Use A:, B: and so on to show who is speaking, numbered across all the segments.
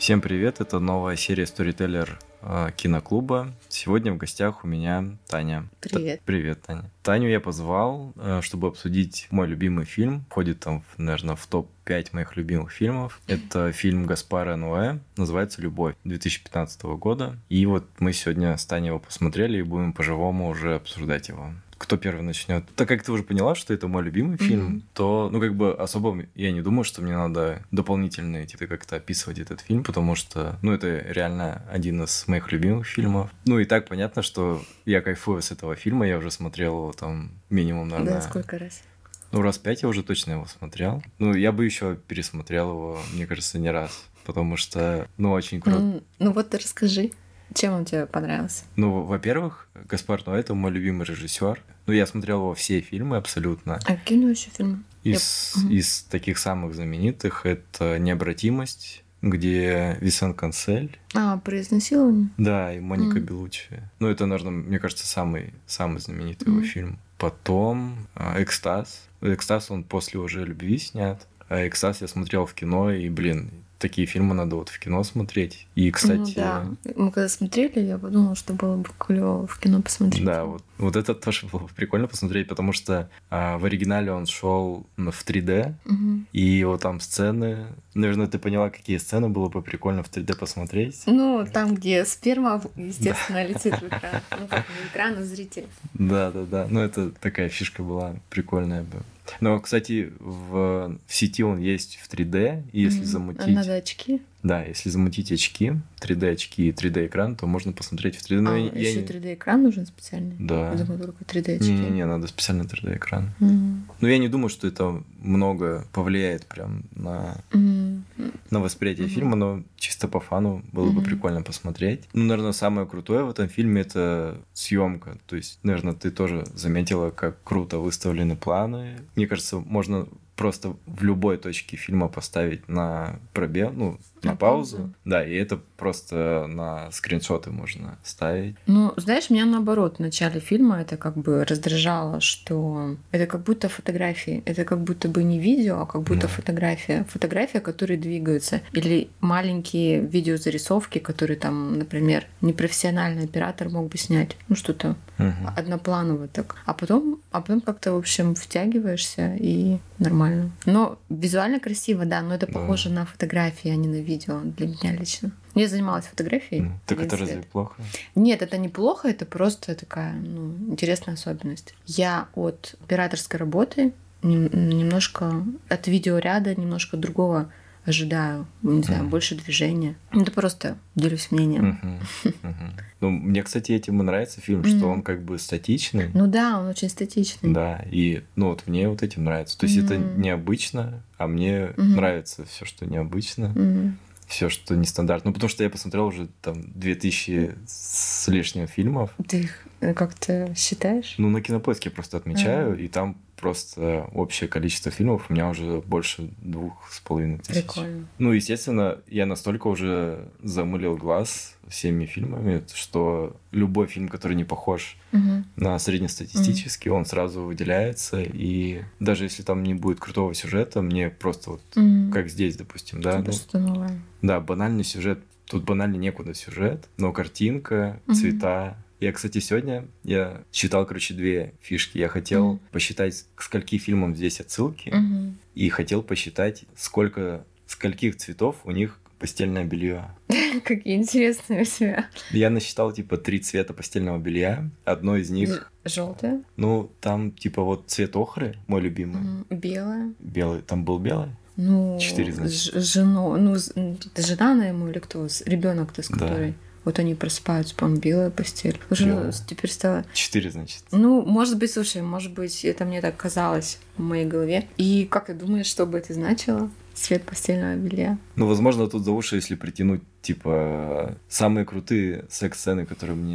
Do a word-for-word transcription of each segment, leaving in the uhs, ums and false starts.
A: Всем привет, это новая серия Storyteller э, киноклуба. Сегодня в гостях у меня Таня.
B: Привет.
A: Та- Привет, Таня. Таню я позвал, э, чтобы обсудить мой любимый фильм. Входит там, в, наверное, в топ пять моих любимых фильмов. Это фильм Гаспара Ноэ, называется «Любовь», две тысячи пятнадцатого года. И вот мы сегодня с Таней его посмотрели и будем по-живому уже обсуждать его. Кто первый начнет? Так как ты уже поняла, что это мой любимый
B: Мгм.
A: фильм, то, ну, как бы особо я не думаю, что мне надо дополнительно типа, как-то описывать этот фильм, потому что, ну, это реально один из моих любимых фильмов. Ну, и так понятно, что я кайфую с этого фильма, я уже смотрел его там минимум, наверное...
B: Да, сколько раз?
A: Ну, раз пять я уже точно его смотрел. Ну, я бы еще пересмотрел его, мне кажется, не раз, потому что, ну, очень круто.
B: Ну, ну вот ты расскажи, чем он тебе понравился?
A: Ну, во-первых, Гаспар Ноэ — это мой любимый режиссер. Ну, я смотрел его все фильмы абсолютно.
B: А какие у него еще фильмы?
A: Из,
B: Я- Мгм.
A: из таких самых знаменитых это «Необратимость», где Висен Кансель,
B: А, про изнасилование?
A: да, и Моника
B: Мгм.
A: Беллуччи. Ну, это, наверное, мне кажется, самый, самый знаменитый его
B: Мгм.
A: фильм. Потом а, «Экстаз». «Экстаз» он после уже «Любви» снят. А «Экстаз» я смотрел в кино, и, блин, такие фильмы надо вот в кино смотреть. И, кстати...
B: Ну да, мы когда смотрели, я подумала, что было бы клево в кино посмотреть.
A: Да, вот, вот это тоже было прикольно посмотреть, потому что а, в оригинале он шел в три дэ,
B: Мгм.
A: и вот там сцены... Наверное, ты поняла, какие сцены было бы прикольно в три дэ посмотреть.
B: Ну, там, где сперма, естественно, летит в экран. Ну, как не в экран, а в зрителя.
A: Да-да-да, ну это такая фишка была прикольная бы. Но, кстати, в, в сети он есть в три дэ, и если
B: Мгм.
A: замутить...
B: Надо очки.
A: Да, если замутить очки, три дэ очки и три дэ экран, то можно посмотреть в три дэ. Но
B: А,
A: я- я
B: еще
A: не-
B: три дэ экран нужен специальный?
A: Да.
B: Я думаю, только три дэ очки.
A: Не-не-не, надо специально три дэ экран.
B: Мгм.
A: Но я не думаю, что это много повлияет прям на,
B: Мгм.
A: на восприятие
B: Мгм.
A: фильма, но чисто по фану было бы
B: Мгм.
A: прикольно посмотреть. Ну, наверное, самое крутое в этом фильме — это съемка. То есть, наверное, ты тоже заметила, как круто выставлены планы. Мне кажется, можно просто в любой точке фильма поставить на пробел, ну, на,
B: На
A: паузу.
B: паузу.
A: Да, и это просто на скриншоты можно ставить.
B: Ну, знаешь, меня наоборот в начале фильма это как бы раздражало, что это как будто фотографии. Это как будто бы не видео, а как будто
A: Да.
B: фотография. Фотография, которые двигаются. Или маленькие видеозарисовки, которые там, например, непрофессиональный оператор мог бы снять. Ну, что-то
A: Мгм.
B: однопланово так. А потом, а потом как-то, в общем, втягиваешься и нормально. Но визуально красиво, да, но это
A: Да.
B: похоже на фотографии, а не на видео для меня лично. Я занималась фотографией.
A: Ну, так это
B: одиннадцать
A: разве
B: лет.
A: плохо?
B: Нет, это неплохо, это просто такая ну, интересная особенность. Я от операторской работы нем- немножко, от видеоряда немножко другого ожидаю. Не знаю,
A: Мгм.
B: больше движения. Это просто делюсь мнением.
A: Мгм. Мгм. Ну, мне, кстати, этим и нравится фильм, что
B: Мгм.
A: он как бы статичный.
B: Ну да, он очень статичный.
A: Да, и ну вот мне вот этим нравится. То есть это
B: Мгм.
A: необычно, а мне
B: Мгм.
A: нравится все, что необычно,
B: Мгм.
A: все, что нестандартно. Ну, потому что я посмотрел уже там две тысячи с лишним фильмов.
B: Ты их э, как-то считаешь?
A: Ну, на Кинопоиске я просто отмечаю,
B: Мгм.
A: и там просто общее количество фильмов у меня уже больше двух с половиной тысяч.
B: Прикольно.
A: Ну, естественно, я настолько уже замылил глаз всеми фильмами, что любой фильм, который не похож
B: Мгм.
A: на среднестатистический, он сразу выделяется, и даже если там не будет крутого сюжета, мне просто вот,
B: Мгм.
A: как здесь, допустим, да,
B: Типа
A: ну,
B: что-то новое.
A: да, банальный сюжет, тут банально некуда сюжет, но картинка,
B: Мгм.
A: цвета. Я, кстати, сегодня я считал, короче, две фишки. Я хотел
B: Мгм.
A: посчитать, к скольки фильмам здесь отсылки,
B: Мгм.
A: и хотел посчитать, сколько, скольких цветов у них постельное белье.
B: Какие интересные у тебя.
A: Я насчитал, типа, три цвета постельного белья. Одно из них,
B: Желтое,
A: ну, там, типа, вот цвет охры, мой любимый.
B: белое.
A: Белый. Там был белый?
B: Ну,
A: Четыре, значит.
B: с жену, ну, с- м, это жена она ему или кто? Ребенок-то с
A: Да.
B: которой. Вот они просыпаются, по-моему, белая постель. Слушай, ну,
A: Белая.
B: теперь стало...
A: Четыре, значит.
B: Ну, может быть, слушай, может быть, это мне так казалось в моей голове. И как ты думаешь, что бы это значило? Цвет постельного белья.
A: Ну, возможно, тут за уши, если притянуть, типа, самые крутые секс-сцены, которые мне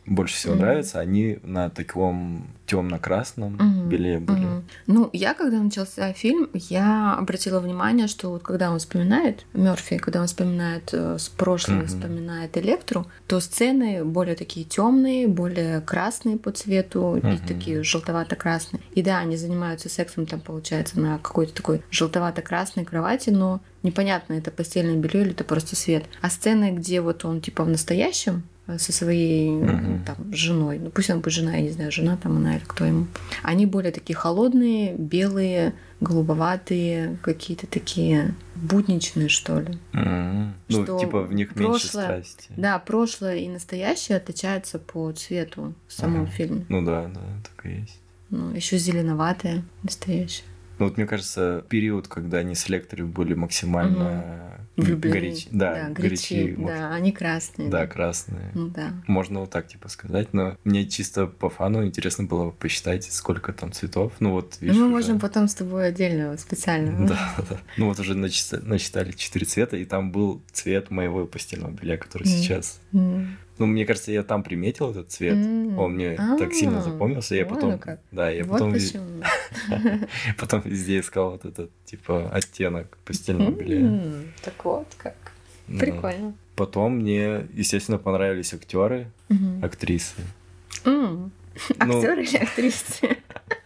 A: больше всего
B: Мгм.
A: нравятся, они на таком темно-красном
B: Мгм.
A: беле были.
B: Мгм. Ну, я, когда начался фильм, я обратила внимание, что вот когда он вспоминает Мёрфи, когда он вспоминает э, с прошлого,
A: Мгм.
B: вспоминает Электру, то сцены более такие темные, более красные по цвету и
A: Мгм.
B: такие желтовато-красные. И да, они занимаются сексом там, получается, на какой-то такой желтовато-красной кровати, но непонятно, это постельное белье или это просто свет. А сцены, где вот он типа в настоящем, э, со своей м,
A: Мгм.
B: там женой, ну пусть она будет жена, я не знаю, жена там она или кто ему, они более такие холодные, белые, голубоватые, какие-то такие будничные, что ли.
A: Мгм. Ну,
B: Что
A: типа в них меньше
B: прошлое-
A: страсти.
B: Да, прошлое и настоящее отличаются по цвету в самом
A: Ага.
B: фильме.
A: Ну да, да, так и есть.
B: Ну, еще зеленоватое настоящее.
A: Ну вот мне кажется, период, когда они с Лекторой были максимально
B: Влюблены.
A: горячи, да,
B: горячи,
A: горячи, мак-
B: да, они красные.
A: да, красные.
B: Ну да.
A: Можно вот так типа сказать, но мне чисто по фану интересно было посчитать, сколько там цветов. Ну вот,
B: Ну,
A: видишь,
B: мы
A: уже-
B: можем потом с тобой отдельно, специально.
A: Да, да, да. Ну вот уже начита- насчитали четыре цвета, и там был цвет моего постельного белья, который
B: Мгм.
A: сейчас.
B: М.
A: Ну, мне кажется, я там приметил этот цвет.
B: М.
A: Он мне так сильно
B: А,
A: запомнился. Я
B: вон
A: потом,
B: оно как.
A: да, я
B: Вот
A: потом, вез-
B: почему.
A: потом везде искал вот этот типа оттенок постельного белья.
B: М, Так вот как.
A: Да.
B: Прикольно.
A: Потом мне, естественно, понравились актеры,
B: Мгм.
A: актрисы.
B: М.
A: Ну,
B: Актеры или актрисы?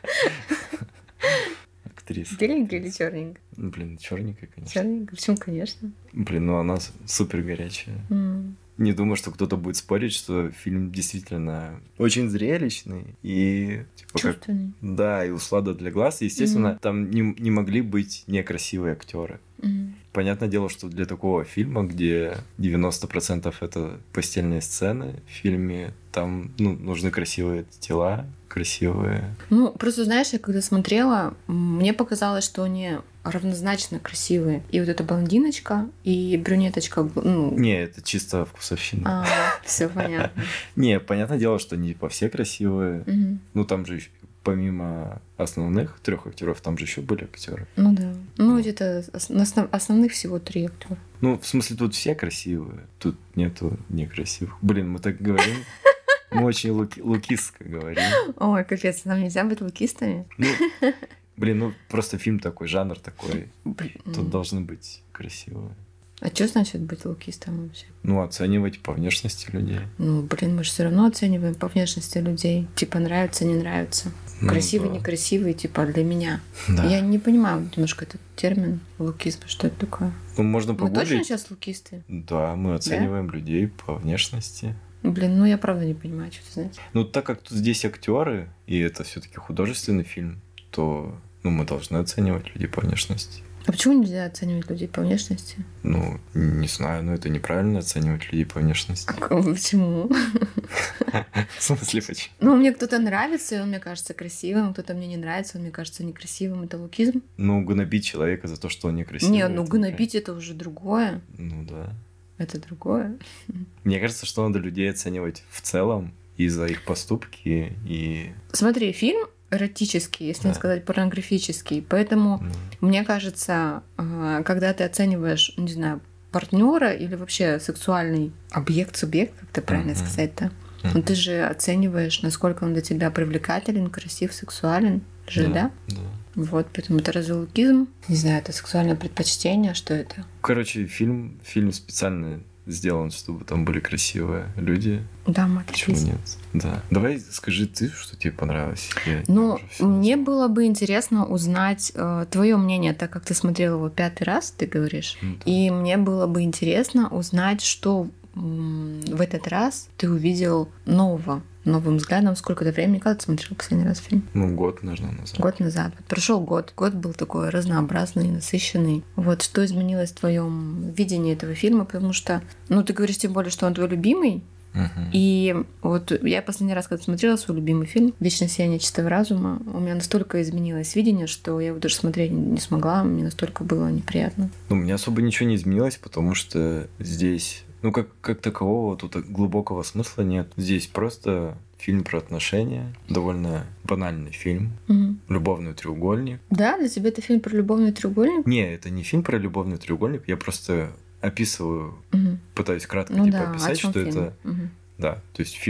A: актрисы.
B: Беленькая или черненькая?
A: Ну, блин, черненькая, конечно.
B: Черненькая. Почему, конечно?
A: Блин, ну она с- супер горячая.
B: М.
A: Не думаю, что кто-то будет спорить, что фильм действительно очень зрелищный и типа как...
B: Чувственный.
A: Да, и услада для глаз. Естественно,
B: Мгм.
A: там не, не могли быть некрасивые актеры.
B: М.
A: Понятное дело, что для такого фильма, где девяносто процентов это постельные сцены в фильме, там ну, нужны красивые тела, красивые...
B: Ну, просто, знаешь, я когда смотрела, м, мне показалось, что они равнозначно красивые. И вот эта блондиночка, и брюнеточка, б- ну...
A: Не, это чисто вкусовщина.
B: все понятно.
A: Не, понятное дело, что не по все красивые.
B: Мгм.
A: Ну, там же ещё- помимо основных трех актеров, там же еще были актеры.
B: Ну да. Ну, где-то ос- на основ- основных всего три актера.
A: Ну, в смысле, тут все красивые, тут нету некрасивых. Блин, мы так говорим. Мы очень луки- лукистко говорим.
B: Ой, капец, нам нельзя быть лукистами.
A: Ну, блин, ну просто фильм такой, жанр такой.
B: Блин.
A: Тут должны быть красивые.
B: А что значит быть лукистом вообще?
A: Ну, оценивать по внешности людей.
B: Ну, блин, мы же все равно оцениваем по внешности людей. Типа нравится, не нравится.
A: Ну,
B: Красивый,
A: да.
B: некрасивый, типа для меня.
A: Да.
B: Я не понимаю немножко этот термин лукизм, что это такое.
A: Ну, можно
B: Мы точно
A: погуглить.
B: сейчас лукисты?
A: Да, мы оцениваем людей по внешности.
B: Блин, ну я правда не понимаю, что ты знаешь.
A: Ну, так как тут здесь актеры, и это все-таки художественный фильм, то ну, мы должны оценивать людей по внешности.
B: А почему нельзя оценивать людей по внешности?
A: Ну, не знаю, но это неправильно оценивать людей по внешности.
B: А к- почему?
A: В смысле, почему?
B: Ну, мне кто-то нравится, и он мне кажется красивым, кто-то мне не нравится, он мне кажется некрасивым. Это лукизм?
A: Ну, гнобить человека за то, что он некрасивый.
B: Не, ну
A: это
B: гнобить это уже другое.
A: Ну да.
B: Это другое.
A: Мне кажется, что надо людей оценивать в целом и за их поступки, и...
B: Смотри, фильм эротический, если не
A: Да.
B: сказать порнографический. Поэтому,
A: ну,
B: мне кажется, а, когда ты оцениваешь, не знаю, партнера или вообще сексуальный объект, субъект, как это правильно
A: Мгм.
B: сказать-то,
A: мгм.
B: ну ты же оцениваешь, насколько он для тебя привлекателен, красив, сексуален. Же, да?
A: Да.
B: Вот, поэтому это разве лукизм? Не знаю, это сексуальное предпочтение, что это?
A: Короче, фильм, фильм специально сделан, чтобы там были красивые люди.
B: Да, мать
A: Почему
B: пиздец.
A: нет? Да. Давай скажи ты, что тебе понравилось. Я
B: Ну,
A: уже всё
B: мне
A: назвал.
B: было бы интересно узнать твое мнение, так как ты смотрел его пятый раз, ты говоришь.
A: Ну да.
B: И мне было бы интересно узнать, что м, в этот раз ты увидел нового, новым взглядом. Сколько-то времени, когда ты смотрел последний раз фильм?
A: Ну, год, наверное, назад.
B: Год назад. Вот прошел год. Год был такой разнообразный, насыщенный. Вот что изменилось в твоем видении этого фильма? Потому что, ну, ты говоришь тем более, что он твой любимый.
A: Мгм.
B: И вот я последний раз, когда смотрела свой любимый фильм «Вечное сияние чистого разума», у меня настолько изменилось видение, что я его даже смотреть не смогла, мне настолько было неприятно.
A: Ну, у меня особо ничего не изменилось, потому что здесь, ну, как, как такового тут глубокого смысла нет. Здесь просто фильм про отношения, довольно банальный фильм,
B: Мгм.
A: любовный треугольник.
B: Да, для тебя это фильм про любовный треугольник?
A: Не, это не фильм про любовный треугольник, я просто описываю,
B: Мгм.
A: пытаюсь кратко
B: Ну
A: типа
B: да, о
A: описать,
B: чем
A: что
B: фильм?
A: это,
B: Мгм.
A: да, то есть фильм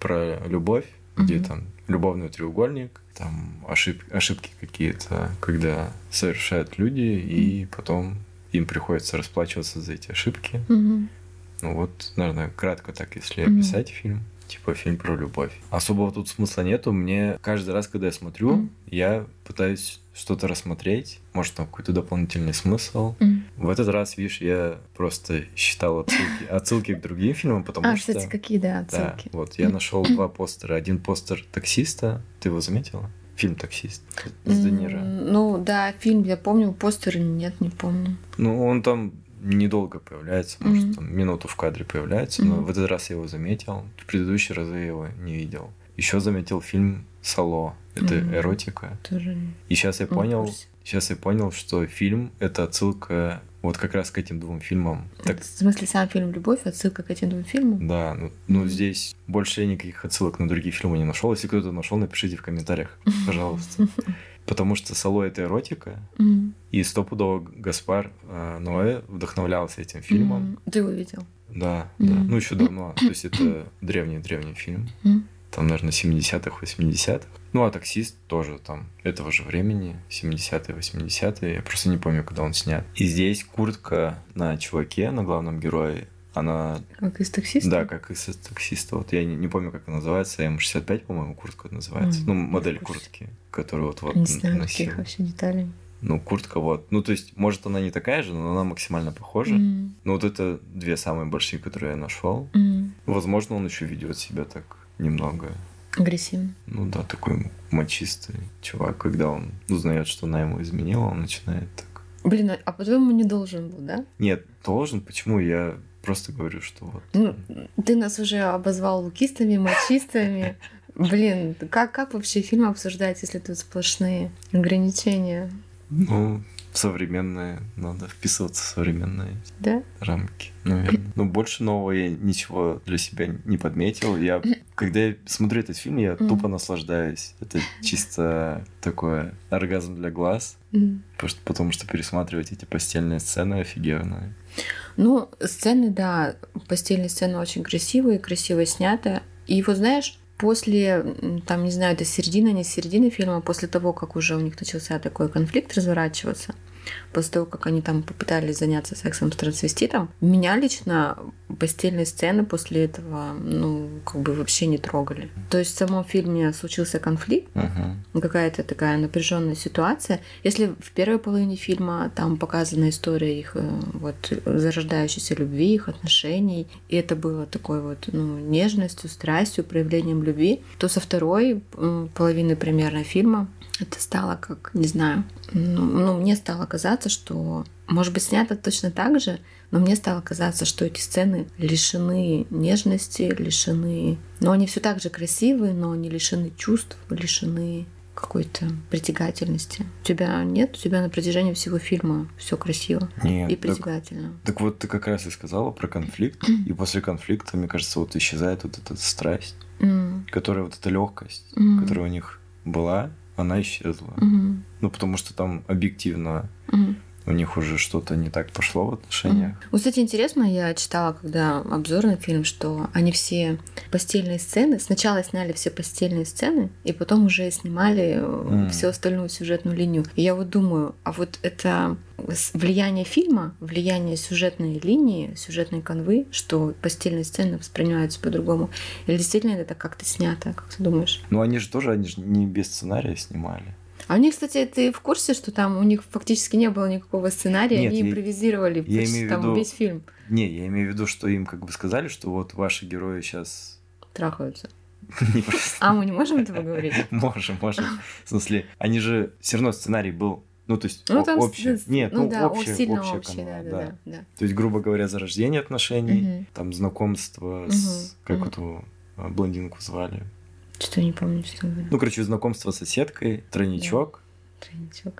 A: про любовь, где
B: Мгм.
A: там любовный треугольник, там ошиб... ошибки какие-то, когда совершают люди, и потом им приходится расплачиваться за эти ошибки.
B: Мгм.
A: Ну вот, наверное, кратко так, если
B: Мгм.
A: описать фильм. Типа фильм про любовь. Особого тут смысла нету. Мне каждый раз, когда я смотрю,
B: Мгм.
A: я пытаюсь что-то рассмотреть. Может, там какой-то дополнительный смысл.
B: Мгм.
A: В этот раз, видишь, я просто считал отсылки, отсылки к другим фильмам, потому
B: А,
A: что...
B: кстати, какие, да,
A: Да,
B: отсылки.
A: вот я нашел два постера. Один постер «Таксиста». Ты его заметила? Фильм «Таксист» с Де Ниро.
B: М, Ну, да, фильм, я помню, постер нет, не помню.
A: Ну, он там недолго появляется,
B: Мгм.
A: может, там минуту в кадре появляется, но
B: Мгм.
A: в этот раз я его заметил. В предыдущие разы я его не видел. Еще заметил фильм «Сало». Это
B: Мгм.
A: эротика.
B: Тоже не
A: И сейчас я
B: в
A: понял,
B: курсе.
A: сейчас я понял, что фильм — это отсылка вот как раз к этим двум фильмам. Так,
B: В смысле, сам фильм «Любовь», отсылка к этим двум фильмам?
A: да, ну, ну
B: Мгм.
A: здесь больше я никаких отсылок на другие фильмы не нашел. Если кто-то нашел, напишите в комментариях, пожалуйста. Потому что «Сало» — это эротика,
B: Мгм.
A: и стопудово Гаспар э, Ноэ вдохновлялся этим фильмом.
B: Мгм. Ты его видел?
A: Да, да.
B: Мгм.
A: Ну, еще давно. То есть это древний-древний фильм.
B: Мгм.
A: Там, наверное, семидесятых, восьмидесятых. Ну, а «Таксист» тоже там этого же времени, семидесятые, восьмидесятые. Я просто не помню, когда он снят. И здесь куртка на чуваке, на главном герое, она...
B: Как из «Таксиста»?
A: Да, как из «Таксиста». Вот я не, не помню, как она называется. эм шестьдесят пять, по-моему, куртка называется.
B: М,
A: ну,
B: не в
A: модель
B: курсе.
A: куртки, которую вот, вот
B: Не знаю
A: носил.
B: таких вообще деталей.
A: Ну, куртка вот. Ну, то есть, может, она не такая же, но она максимально похожа.
B: Мгм.
A: Ну, вот это две самые большие, которые я нашел.
B: Мгм.
A: Возможно, он еще ведет себя так немного.
B: Агрессивно.
A: Ну да, такой мачистый чувак, когда он узнает, что она ему изменила, он начинает так.
B: Блин, а- а по-твоему не должен был, да?
A: Нет, должен. Почему? Я просто говорю, что вот.
B: Ну, ты нас уже обозвал лукистами, мачистами. Блин, как, как вообще фильм обсуждать, если тут сплошные ограничения?
A: Ну, в современные, надо вписываться в современные
B: Да?
A: рамки, наверное. Но больше нового я ничего для себя не подметил. Я, когда я смотрю этот фильм, я
B: Мгм.
A: тупо наслаждаюсь. Это чисто такой оргазм для глаз.
B: М.
A: Потому что, потому что пересматривать эти постельные сцены офигенно.
B: Ну, сцены, да, постельные сцены очень красивые, красиво снято. И вот знаешь, после, м, там, не знаю, это середина, не середина фильма, после того, как уже у них начался такой конфликт разворачиваться, после того, как они там попытались заняться сексом с трансвеститом, меня лично постельные сцены после этого, ну, как бы вообще не трогали. То есть в самом фильме случился конфликт,
A: Угу.
B: какая-то такая напряженная ситуация. Если в первой половине фильма там показана история их э, вот зарождающейся любви, их отношений, и это было такой вот ну, нежностью, страстью, проявлением любви, то со второй м, половины примерно фильма это стало как, не знаю, ну, ну, мне стало казаться, что, может быть, снято точно так же, но мне стало казаться, что эти сцены лишены нежности, лишены... Но они все так же красивые, но они лишены чувств, лишены какой-то притягательности. У тебя нет? У тебя на протяжении всего фильма все красиво
A: Нет,
B: и
A: так,
B: притягательно.
A: так вот ты как раз и сказала про конфликт, и после конфликта, мне кажется, вот исчезает вот эта страсть,
B: М,
A: которая вот эта легкость,
B: м,
A: которая у них была, она исчезла.
B: мгм,
A: Ну, потому что там объективно
B: мгм.
A: у них уже что-то не так пошло в отношениях.
B: Вот, кстати, интересно, я читала, когда обзор на фильм, что они все постельные сцены, сначала сняли все постельные сцены, и потом уже снимали
A: М.
B: всю остальную сюжетную линию. И я вот думаю, а вот это с- влияние фильма, влияние сюжетной линии, сюжетной канвы, что постельные сцены воспринимаются по-другому, или действительно это как-то снято, как ты думаешь?
A: Ну, они же тоже, они же не без сценария снимали.
B: А у них, кстати, ты в курсе, что там у них фактически не было никакого сценария,
A: Нет,
B: они
A: я-
B: импровизировали
A: я
B: почти
A: имею в
B: там
A: виду-
B: весь фильм,
A: Не, я имею в виду, что им как бы сказали, что вот ваши герои сейчас
B: трахаются.
A: не просто...
B: А мы не можем этого говорить?
A: Можем, можем. В смысле, они же все равно сценарий был, ну то есть
B: Ну,
A: о-
B: там
A: общий.
B: с-
A: Нет,
B: ну,
A: ну,
B: да,
A: общее,
B: о, сильно
A: общее
B: общий,
A: канва,
B: да,
A: да.
B: да, да, да.
A: То есть, грубо говоря, зарождение отношений,
B: Мгм.
A: там знакомство с,
B: Мгм,
A: как
B: мгм.
A: эту а, блондинку звали.
B: Что-то я не помню, что это.
A: Ну, короче, знакомство с соседкой, тройничок,
B: Тройничок.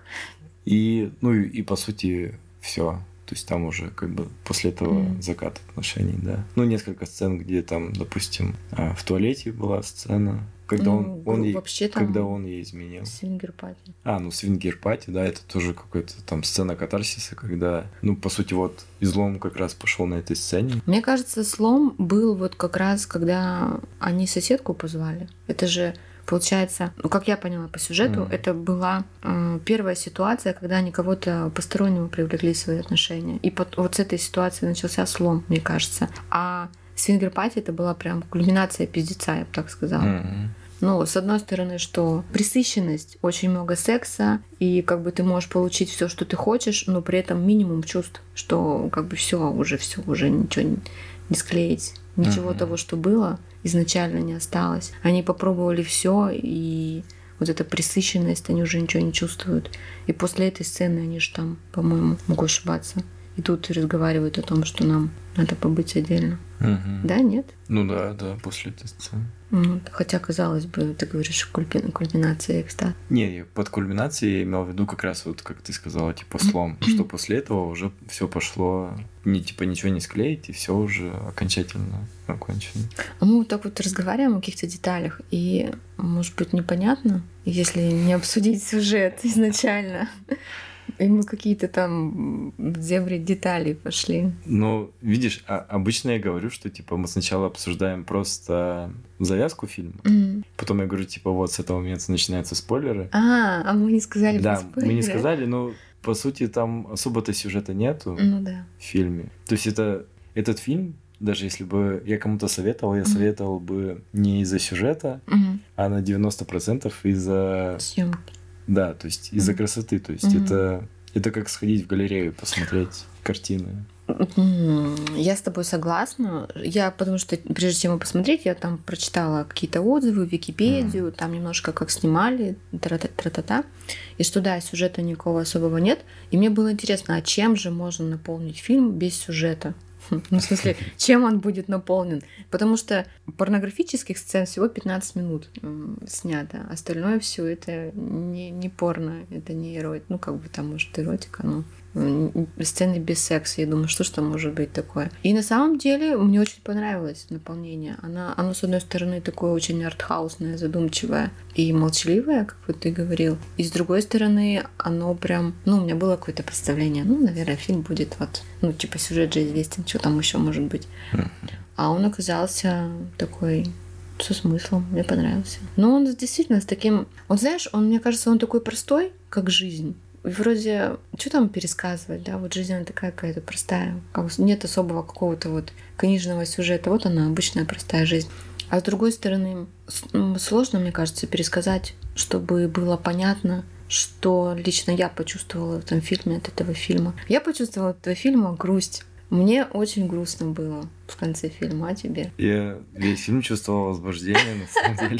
A: и, ну, и, и, по сути, все. То есть там уже как бы после этого
B: Мгм.
A: закат отношений, да. Ну, несколько сцен, где там, допустим, а, в туалете была сцена, Когда
B: Ну,
A: он, он
B: гру-
A: ей,
B: вообще там
A: когда он ей изменил.
B: свингер-пати.
A: А, ну свингер-пати, да, это тоже какая-то там сцена катарсиса, когда, ну, по сути, вот излом как раз пошел на этой сцене.
B: Мне кажется, слом был вот как раз, когда они соседку позвали. Это же, получается, ну, как я поняла по сюжету,
A: Мгм.
B: это была э, первая ситуация, когда они кого-то постороннего привлекли в свои отношения. И под- вот с этой ситуации начался слом, мне кажется. А свингер-пати это была прям кульминация пиздеца, я бы так сказала.
A: Мгм.
B: Ну, с одной стороны, что пресыщенность, очень много секса, и как бы ты можешь получить все, что ты хочешь, но при этом минимум чувств, что как бы все уже все уже ничего не, не склеить, ничего
A: Мгм.
B: того, что было, изначально не осталось. Они попробовали все, и вот эта пресыщенность, они уже ничего не чувствуют. И после этой сцены они же там, по-моему, могу ошибаться, идут и разговаривают о том, что нам надо побыть отдельно.
A: Мгм.
B: Да, нет?
A: Ну да, да, после этой сцены.
B: Вот. Хотя, казалось бы, ты говоришь, кульпи- кульминация экстаз.
A: Не, я под кульминацией я имел в виду как раз вот, как ты сказала, типа слом, что после этого уже все пошло, не, типа ничего не склеить, и все уже окончательно окончено.
B: А мы вот так вот разговариваем о каких-то деталях, и, может быть, непонятно, если не обсудить сюжет изначально. И мы какие-то там в дебри деталей пошли.
A: Ну, видишь, а- обычно я говорю, что типа мы сначала обсуждаем просто завязку фильма,
B: М.
A: потом я говорю, типа, вот с этого момента начинаются спойлеры.
B: А, а мы не сказали
A: Да,
B: про
A: мы не
B: спойлеры.
A: сказали, но по сути там особо-то сюжета нету
B: Ну да.
A: в фильме. То есть это этот фильм, даже если бы я кому-то советовал, я
B: Мгм.
A: советовал бы не из-за сюжета,
B: Мгм.
A: а на девяносто процентов из-за...
B: Съемки.
A: Да, то есть из-за
B: Мгм.
A: красоты. То есть
B: Мгм.
A: это, это как сходить в галерею, посмотреть картины.
B: М, Я с тобой согласна. Я, потому что прежде чем посмотреть, я там прочитала какие-то отзывы в Википедию, там немножко как снимали, тра-та- тра-та-та. И что да, сюжета никакого особого нет. И мне было интересно, а чем же можно наполнить фильм без сюжета? Ну, в смысле, чем он будет наполнен? Потому что порнографических сцен всего пятнадцать минут м, снято. Остальное все это не, не порно, это не эротика. Ну, как бы там, может, эротика, но м, сцены без секса. Я думаю, что ж там может быть такое? И на самом деле мне очень понравилось наполнение. Она, оно, с одной стороны, такое очень артхаусное, задумчивое и молчаливое, как вот ты говорил. И с другой стороны, оно прям... Ну, у меня было какое-то представление. Ну, наверное, фильм будет вот... Ну, типа, сюжет же известен, что там еще может быть. А он оказался такой со смыслом, мне понравился. Но он действительно с таким... Вот знаешь, он, мне кажется, он такой простой, как жизнь. И вроде, что там пересказывать, да, вот жизнь она такая какая-то простая. Как нет особого какого-то вот книжного сюжета. Вот она, обычная простая жизнь. А с другой стороны, с- м, сложно, мне кажется, пересказать, чтобы было понятно, что лично я почувствовала в этом фильме от этого фильма. Я почувствовала от этого фильма грусть. Мне очень грустно было в конце фильма, а тебе?
A: Я весь фильм чувствовал возбуждение, на самом деле.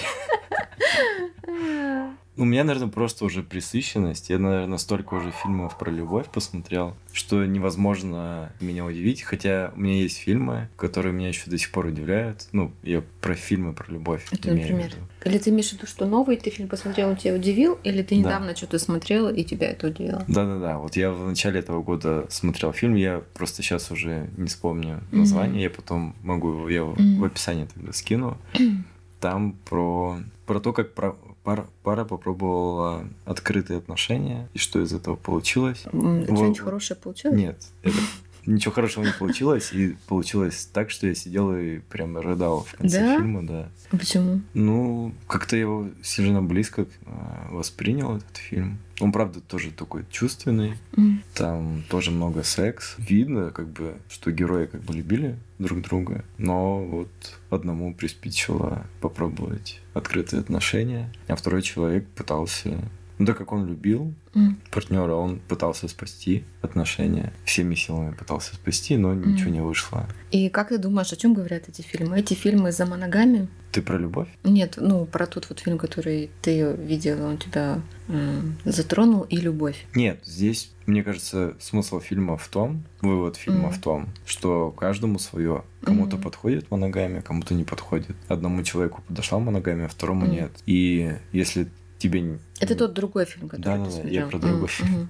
A: У меня, наверное, просто уже пресыщенность. Я, наверное, столько уже фильмов про любовь посмотрел, что невозможно меня удивить. Хотя у меня есть фильмы, которые меня еще до сих пор удивляют. Ну, я про фильмы про любовь
B: Это,
A: имею в
B: например,
A: виду.
B: или ты имеешь в виду, что новый ты фильм посмотрел, он тебя удивил, или ты
A: Да.
B: недавно что-то смотрела, и тебя это удивило?
A: Да-да-да, вот я в начале этого года смотрел фильм, я просто сейчас уже не вспомню
B: Мгм.
A: название, я потом могу, его- я его
B: Мгм.
A: в описании тогда скину. Там про, про то, как про- пара, пара попробовала открытые отношения, и что из этого получилось.
B: М,
A: Во-
B: Что-нибудь хорошее получилось?
A: Нет, это- ничего хорошего не получилось, и получилось так, что я сидел и прям рыдал в конце
B: Да?
A: фильма, да.
B: А почему?
A: Ну, как-то я его сильно близко э, воспринял, этот фильм. Он, правда, тоже такой чувственный.
B: М.
A: Там тоже много секс. Видно, как бы, что герои как бы любили друг друга. Но вот одному приспичило попробовать открытые отношения, а второй человек пытался... Ну, так как он любил
B: М.
A: партнера, он пытался спасти отношения. Всеми силами пытался спасти, но ничего
B: Мгм.
A: не вышло.
B: И как ты думаешь, о чем говорят эти фильмы? Эти фильмы за моногами?
A: Ты про любовь?
B: Нет, ну про тот вот фильм, который ты видела, он тебя м, затронул, и любовь.
A: Нет, здесь, мне кажется, смысл фильма в том, вывод фильма
B: Мгм.
A: в том, что каждому свое. Кому-то
B: Мгм.
A: подходит моногамия, кому-то не подходит. Одному человеку подошла моногамия, второму
B: Мгм.
A: нет. И если тебе... не-
B: Это тот другой фильм, который
A: Да-да-да,
B: ты
A: я
B: смотрел.
A: про другой
B: М,
A: фильм.
B: мгм.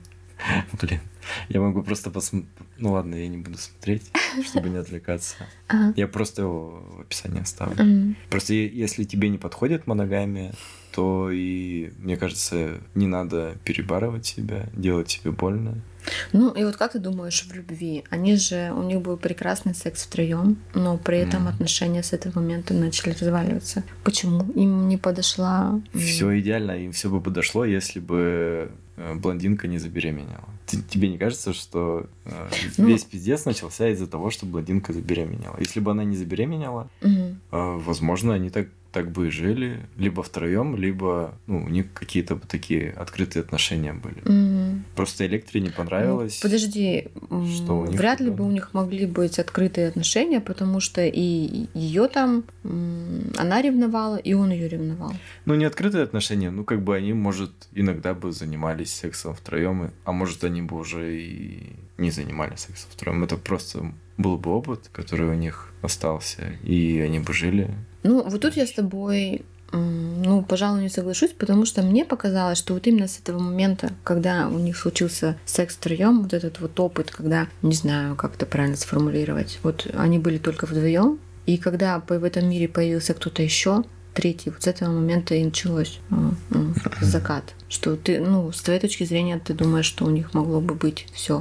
A: Блин, я могу просто посмотреть... Ну ладно, я не буду смотреть, чтобы не отвлекаться.
B: Ага.
A: Я просто его в описании оставлю.
B: Мгм.
A: Просто е- если тебе не подходит моногамия, то и, мне кажется, не надо перебарывать себя, делать себе больно.
B: Ну, и вот как ты думаешь в любви? Они же, у них был прекрасный секс втроем, но при этом
A: Мгм.
B: отношения с этого момента начали разваливаться. Почему? Им не подошла... м,
A: Все идеально, им все бы подошло, если бы э, блондинка не забеременела. Т- Тебе не кажется, что э,
B: Ну-
A: весь пиздец начался из-за того, что блондинка забеременела? Если бы она не забеременела,
B: мгм.
A: э, возможно, они так, так бы и жили, либо втроем, либо ну, у них какие-то бы такие открытые отношения были.
B: Мгм.
A: Просто Электре не
B: Ну,
A: понравилось.
B: подожди, м,
A: что у них
B: вряд ли бы
A: ребёнок.
B: у них могли быть открытые отношения, потому что и ее там м, она ревновала, и он ее ревновал.
A: Ну, не открытые отношения, ну, как бы они, может, иногда бы занимались сексом втроем, а может, они бы уже и не занимались сексом втроем. Это просто был бы опыт, который у них остался, и они бы жили.
B: Ну, вот тут я с тобой, м, ну, пожалуй, не соглашусь, потому что мне показалось, что вот именно с этого момента, когда у них случился секс втроем, вот этот вот опыт, когда, не знаю, как это правильно сформулировать, вот они были только вдвоем, и когда по- в этом мире появился кто-то еще, третий, вот с этого момента и началось а, м, закат. Что ты, ну, с твоей точки зрения, ты думаешь, что у них могло бы быть все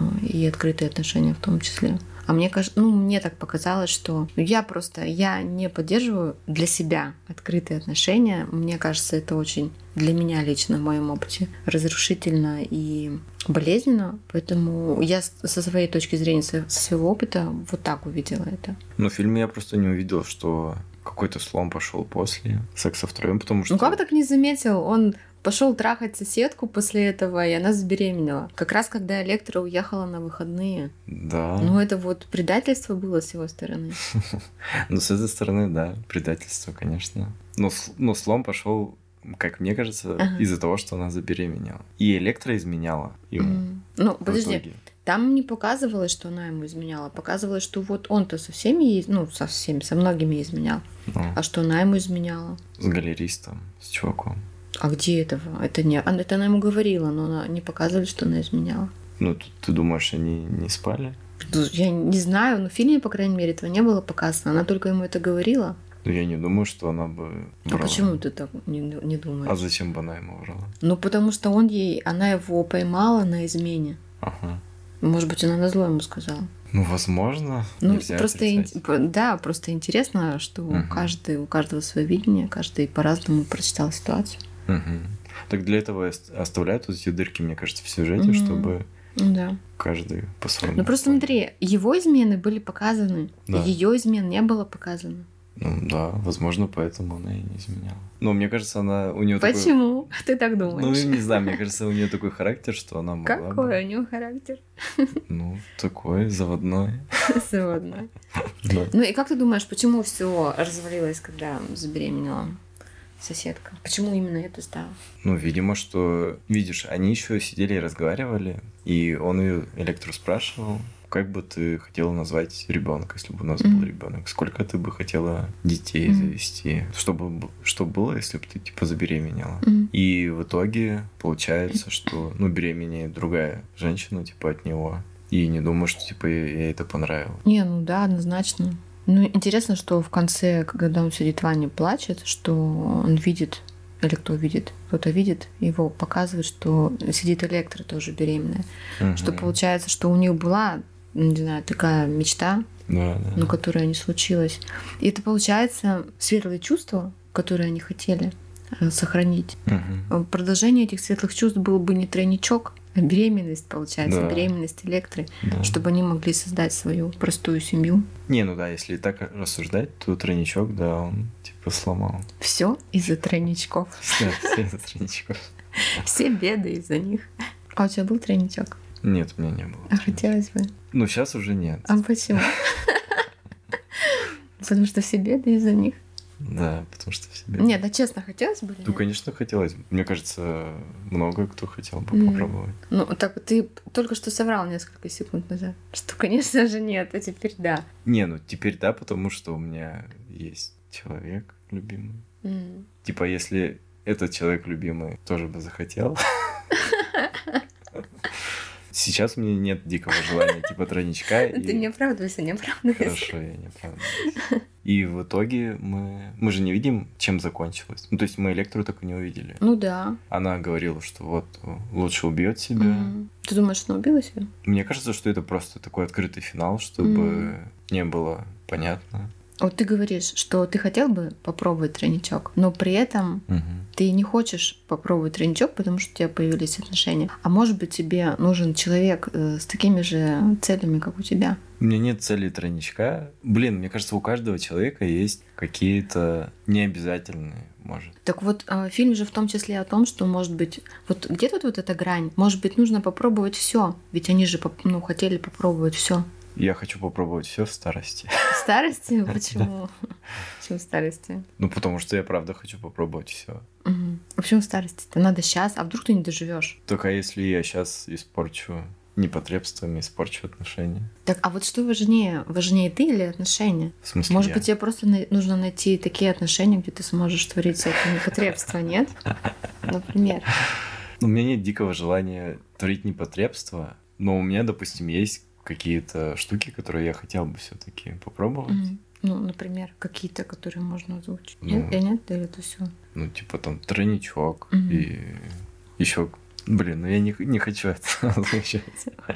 B: и открытые отношения в том числе. А мне кажется, ну, мне так показалось, что я просто, я не поддерживаю для себя открытые отношения. Мне кажется, это очень для меня лично в моем опыте разрушительно и болезненно. Поэтому я с- со своей точки зрения, со со своего опыта вот так увидела это.
A: Но в фильме я просто не увидел, что какой-то слом пошел после секса втроем, потому что...
B: Ну как так не заметил? Он пошел трахать соседку после этого, и она забеременела. Как раз когда Электра уехала на выходные.
A: Да.
B: Ну это вот предательство было с его стороны.
A: Ну, с этой стороны, да, предательство, конечно. Но, с- но слом пошел, как мне кажется,
B: Ага.
A: из-за того, что она забеременела. И Электра изменяла ему.
B: М. Ну,
A: в
B: подожди,
A: итоге.
B: там не показывалось, что она ему изменяла. Показывалось, что вот он-то со всеми, ей- ну, со всеми, со многими изменял.
A: Ну,
B: А что она ему изменяла?
A: с галеристом, с чуваком.
B: А где этого? Это не... а, Это она ему говорила, но она не показывали, что она изменяла.
A: Ну, т- ты думаешь, они не спали?
B: Ну, я не знаю, но в фильме, по крайней мере, этого не было показано. Она только ему это говорила.
A: Ну, я не думаю, что она бы
B: А
A: врала.
B: почему ты так не, не думаешь?
A: А зачем бы она ему врала?
B: Ну, потому что он ей, она его поймала на измене.
A: Ага.
B: Может быть, она назло ему сказала.
A: Ну, возможно.
B: Ну,
A: нельзя
B: просто,
A: отрицать.
B: ин- п- да, просто интересно, что
A: Мгм.
B: каждый, у каждого свое видение, каждый по-разному прочитал ситуацию.
A: Мгм. Так для этого и ост- оставляют вот эти дырки, мне кажется, в сюжете,
B: Мгм.
A: чтобы
B: Ну да.
A: каждый по-своему.
B: Ну просто
A: понял.
B: смотри, его измены были показаны,
A: Да.
B: ее измен не было показано.
A: Ну да, возможно, поэтому она и не изменяла. Но мне кажется, она у нее такой...
B: Почему? Ты так
A: Ну,
B: думаешь?
A: не знаю, мне кажется, у нее такой характер, что она могла бы...
B: Какой у него характер?
A: Ну, такой, заводной.
B: Сводной.
A: Да.
B: Ну и как ты думаешь, почему все развалилось, когда забеременела соседка? Почему именно это стало?
A: Ну, видимо, что... Видишь, они еще сидели и разговаривали, и он ее Электру спрашивал, как бы ты хотела назвать ребенка, если бы у нас был
B: Мгм.
A: ребенок? Сколько ты бы хотела детей
B: Мгм.
A: завести? Что, бы, б- что было, если бы ты, типа, забеременела?
B: Мгм.
A: И в итоге получается, что, ну, беременеет другая женщина, типа, от него. И не думаю, что, типа, ей ей это понравилось.
B: Не, ну да, однозначно. Ну, интересно, что в конце, когда он сидит в ванне, плачет, что он видит, или кто видит, кто-то видит, его показывает, что сидит Электра тоже беременная.
A: Мгм.
B: Что получается, что у них была, ну, не знаю, такая мечта,
A: Да, да.
B: но которая не случилась. И это получается светлые чувства, которые они хотели э, сохранить.
A: Мгм.
B: Продолжение этих светлых чувств был бы не тройничок, а беременность, получается,
A: Да.
B: беременность Электры,
A: Да.
B: чтобы они могли создать свою простую семью.
A: Не, ну да, если так рассуждать, то тройничок, да, он, типа, сломал.
B: Все из-за тройничков.
A: Да, все из-за тройничков.
B: Все беды из-за них. А у тебя был тройничок?
A: Нет, у меня не было.
B: А хотелось бы.
A: Ну, сейчас уже нет.
B: А почему? Потому что все беды из-за них.
A: Да, потому что все...
B: Нет, да честно, хотелось бы или
A: Ну,
B: нет?
A: конечно, хотелось. Мне кажется, много кто хотел бы
B: Мгм.
A: попробовать.
B: Ну, так ты только что соврал несколько секунд назад, что, конечно же, нет, а теперь да.
A: Не, ну теперь да, потому что у меня есть человек любимый.
B: М.
A: Типа, если этот человек любимый тоже бы захотел, Сейчас у меня нет дикого желания типа тройничка.
B: Ты не оправдывайся, не оправдывайся.
A: Хорошо, я не оправдываюсь. И в итоге мы... Мы же не видим, чем закончилось. Ну, то есть мы Электру так и не увидели.
B: Ну да.
A: Она говорила, что вот лучше убьет себя.
B: Mm. Ты думаешь, она убила себя?
A: Мне кажется, что это просто такой открытый финал, чтобы mm. не было понятно.
B: Вот ты говоришь, что ты хотел бы попробовать тройничок, но при этом
A: угу.
B: ты не хочешь попробовать тройничок, потому что у тебя появились отношения. А может быть, тебе нужен человек с такими же целями, как у тебя?
A: У меня нет цели тройничка. Блин, мне кажется, у каждого человека есть какие-то необязательные, может.
B: Так вот, фильм же в том числе о том, что, может быть, вот где тут вот эта грань? Может быть, нужно попробовать все, ведь они же ну, хотели попробовать все.
A: Я хочу попробовать все в старости.
B: В старости? Почему? Почему в старости?
A: Ну, потому что я правда хочу попробовать все.
B: Угу. А почему в старости-то? Надо сейчас, а вдруг ты не доживешь?
A: Только если я сейчас испорчу непотребствами, испорчу отношения.
B: Так, а вот что важнее? Важнее ты или отношения?
A: В смысле
B: Может
A: я?
B: быть, тебе просто нужно найти такие отношения, где ты сможешь творить всякие непотребства, нет? Например.
A: У меня нет дикого желания творить непотребства, но у меня, допустим, есть какие-то штуки, которые я хотел бы все-таки попробовать.
B: Mm-hmm. Ну, например, какие-то, которые можно озвучить.
A: Ну,
B: нет, или нет, или это все.
A: Ну, типа там тройничок
B: Mm-hmm.
A: и еще. Блин, ну я не, не хочу это озвучивать.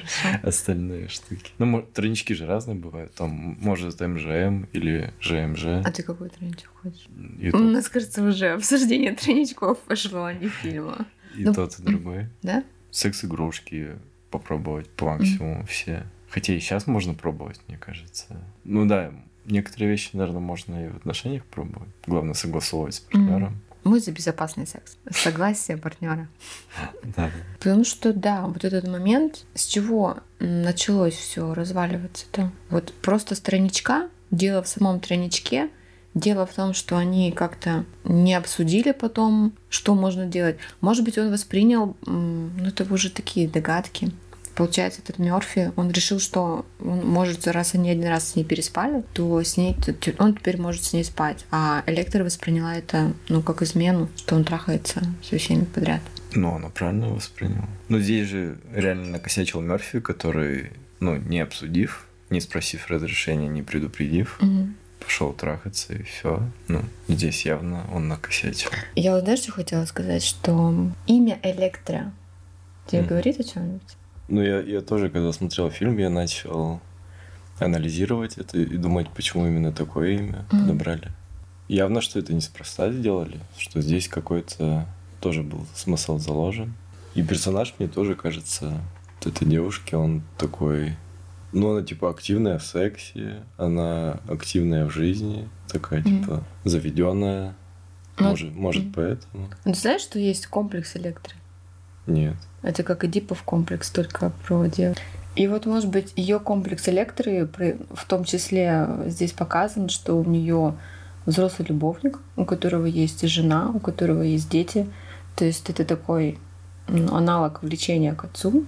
A: Остальные штуки. Ну, тройнички же разные бывают. Там, может, эм жэ эм или жэ эм жэ.
B: А ты какой тройничок хочешь? У нас, кажется, уже обсуждение тройничков пошло, а не фильма.
A: И ну, тот, и другой.
B: Да?
A: Секс-игрушки попробовать по максимуму mm-hmm. все. Хотя и сейчас можно пробовать, мне кажется. Ну да, некоторые вещи, наверное, можно и в отношениях пробовать. Главное согласовывать с партнером.
B: Mm-hmm. Мы за безопасный секс. Согласие партнера.
A: Да.
B: Потому что, да, вот этот момент, с чего началось все разваливаться-то? Вот просто с тройничка, дело в самом тройничке, дело в том, что они как-то не обсудили потом, что можно делать. Может быть, он воспринял, ну, это уже такие догадки. Получается, этот Мёрфи, он решил, что он может, раз они один раз с ней переспали, то с ней, он теперь может с ней спать. А Электра восприняла это, ну, как измену, что он трахается со всеми подряд.
A: Ну, она правильно восприняла. Но здесь же реально накосячил Мёрфи, который, ну, не обсудив, не спросив разрешения, не предупредив,
B: угу.
A: пошел трахаться, и все. Ну, здесь явно он накосячил.
B: Я вот, знаешь, что хотела сказать, что имя Электра тебе mm. говорит о чем-нибудь?
A: Ну, я, я тоже, когда смотрел фильм, я начал анализировать это и думать, почему именно такое имя mm. подобрали. Явно, что это неспроста сделали, что здесь какой-то тоже был смысл заложен. И персонаж мне тоже кажется, вот этой девушки, он такой... Ну, она, типа, активная в сексе, она активная в жизни, такая, mm. типа, заведенная.
B: Ну,
A: может, может
B: mm.
A: поэтому.
B: Ну, ты знаешь, что есть комплекс Электры?
A: Нет.
B: Это как Эдипов комплекс, только про девушку. И вот, может быть, ее комплекс Электры, в том числе здесь показан, что у нее взрослый любовник, у которого есть жена, у которого есть дети. То есть это такой аналог влечения к отцу.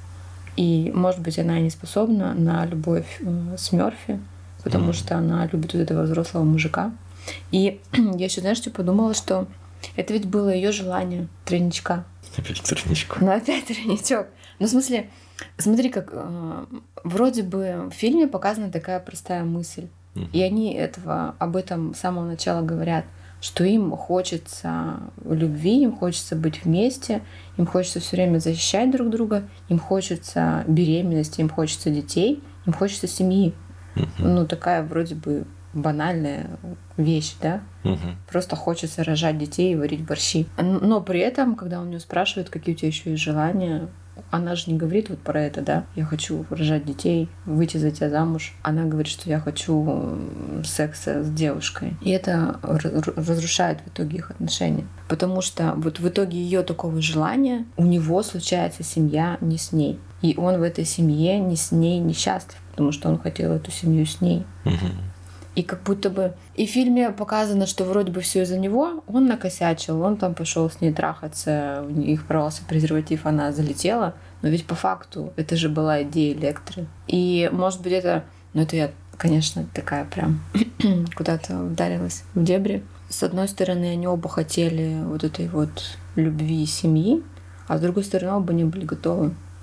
B: И, может быть, она и не способна на любовь с Мёрфи, потому mm. что она любит вот этого взрослого мужика. И я еще, знаешь, что подумала, что это ведь было ее желание тройничка.
A: Опять тройничок.
B: Ну, опять тройничок. Ну, в смысле, смотри, как э, вроде бы в фильме показана такая простая мысль. Mm. И они этого, об этом с самого начала говорят, что им хочется любви, им хочется быть вместе, им хочется все время защищать друг друга, им хочется беременности, им хочется детей, им хочется семьи. Uh-huh. Ну, такая вроде бы банальная вещь, да?
A: Uh-huh.
B: Просто хочется рожать детей и варить борщи. Но при этом, когда у нее спрашивают, какие у тебя еще есть желания, она же не говорит вот про это, да? Я хочу рожать детей, выйти за тебя замуж. Она говорит, что я хочу секса с девушкой. И это разрушает в итоге их отношения. Потому что вот в итоге ее такого желания у него случается семья не с ней. И он в этой семье не с ней несчастлив, потому что он хотел эту семью с ней.
A: Uh-huh.
B: И как будто бы и в фильме показано, что вроде бы все из-за него, он накосячил, он там пошел с ней трахаться, у них порвался презерватив, она залетела, но ведь по факту это же была идея Электры. И может быть это, ну это я, конечно, такая прям куда-то ударилась в дебри. С одной стороны, они оба хотели вот этой вот любви и семьи, а с другой стороны, оба не были готовы.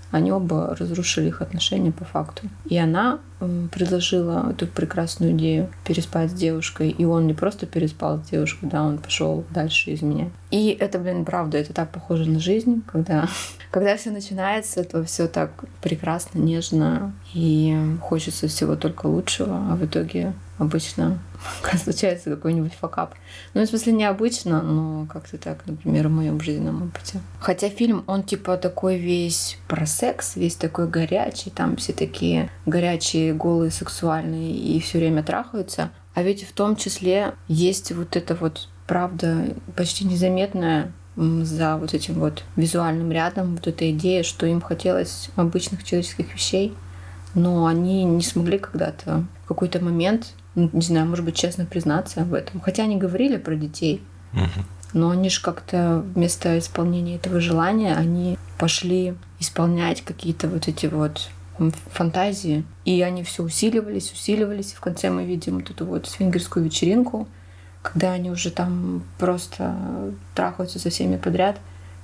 B: они оба разрушили их отношения по факту. И она предложила эту прекрасную идею переспать с девушкой, и он не просто переспал с девушкой, да, он пошел дальше изменять. И это, блин, правда, это так похоже на жизнь, когда, когда все начинается, то все так прекрасно, нежно, и хочется всего только лучшего, а в итоге обычно случается какой-нибудь факап. Ну, в смысле, необычно, но как-то так, например, в моем жизненном опыте. Хотя фильм, он типа такой весь про секс, весь такой горячий, там все такие горячие, голые, сексуальные и все время трахаются. А ведь в том числе есть вот это вот, правда, почти незаметная за вот этим вот визуальным рядом, вот эта идея, что им хотелось обычных человеческих вещей, но они не смогли когда-то в какой-то момент, не знаю, может быть, честно признаться об этом. Хотя они говорили про детей, uh-huh. но они же как-то вместо исполнения этого желания, они пошли исполнять какие-то вот эти вот фантазии. И они все усиливались, усиливались. И в конце мы видим вот эту вот свингерскую вечеринку, когда они уже там просто трахаются со всеми подряд.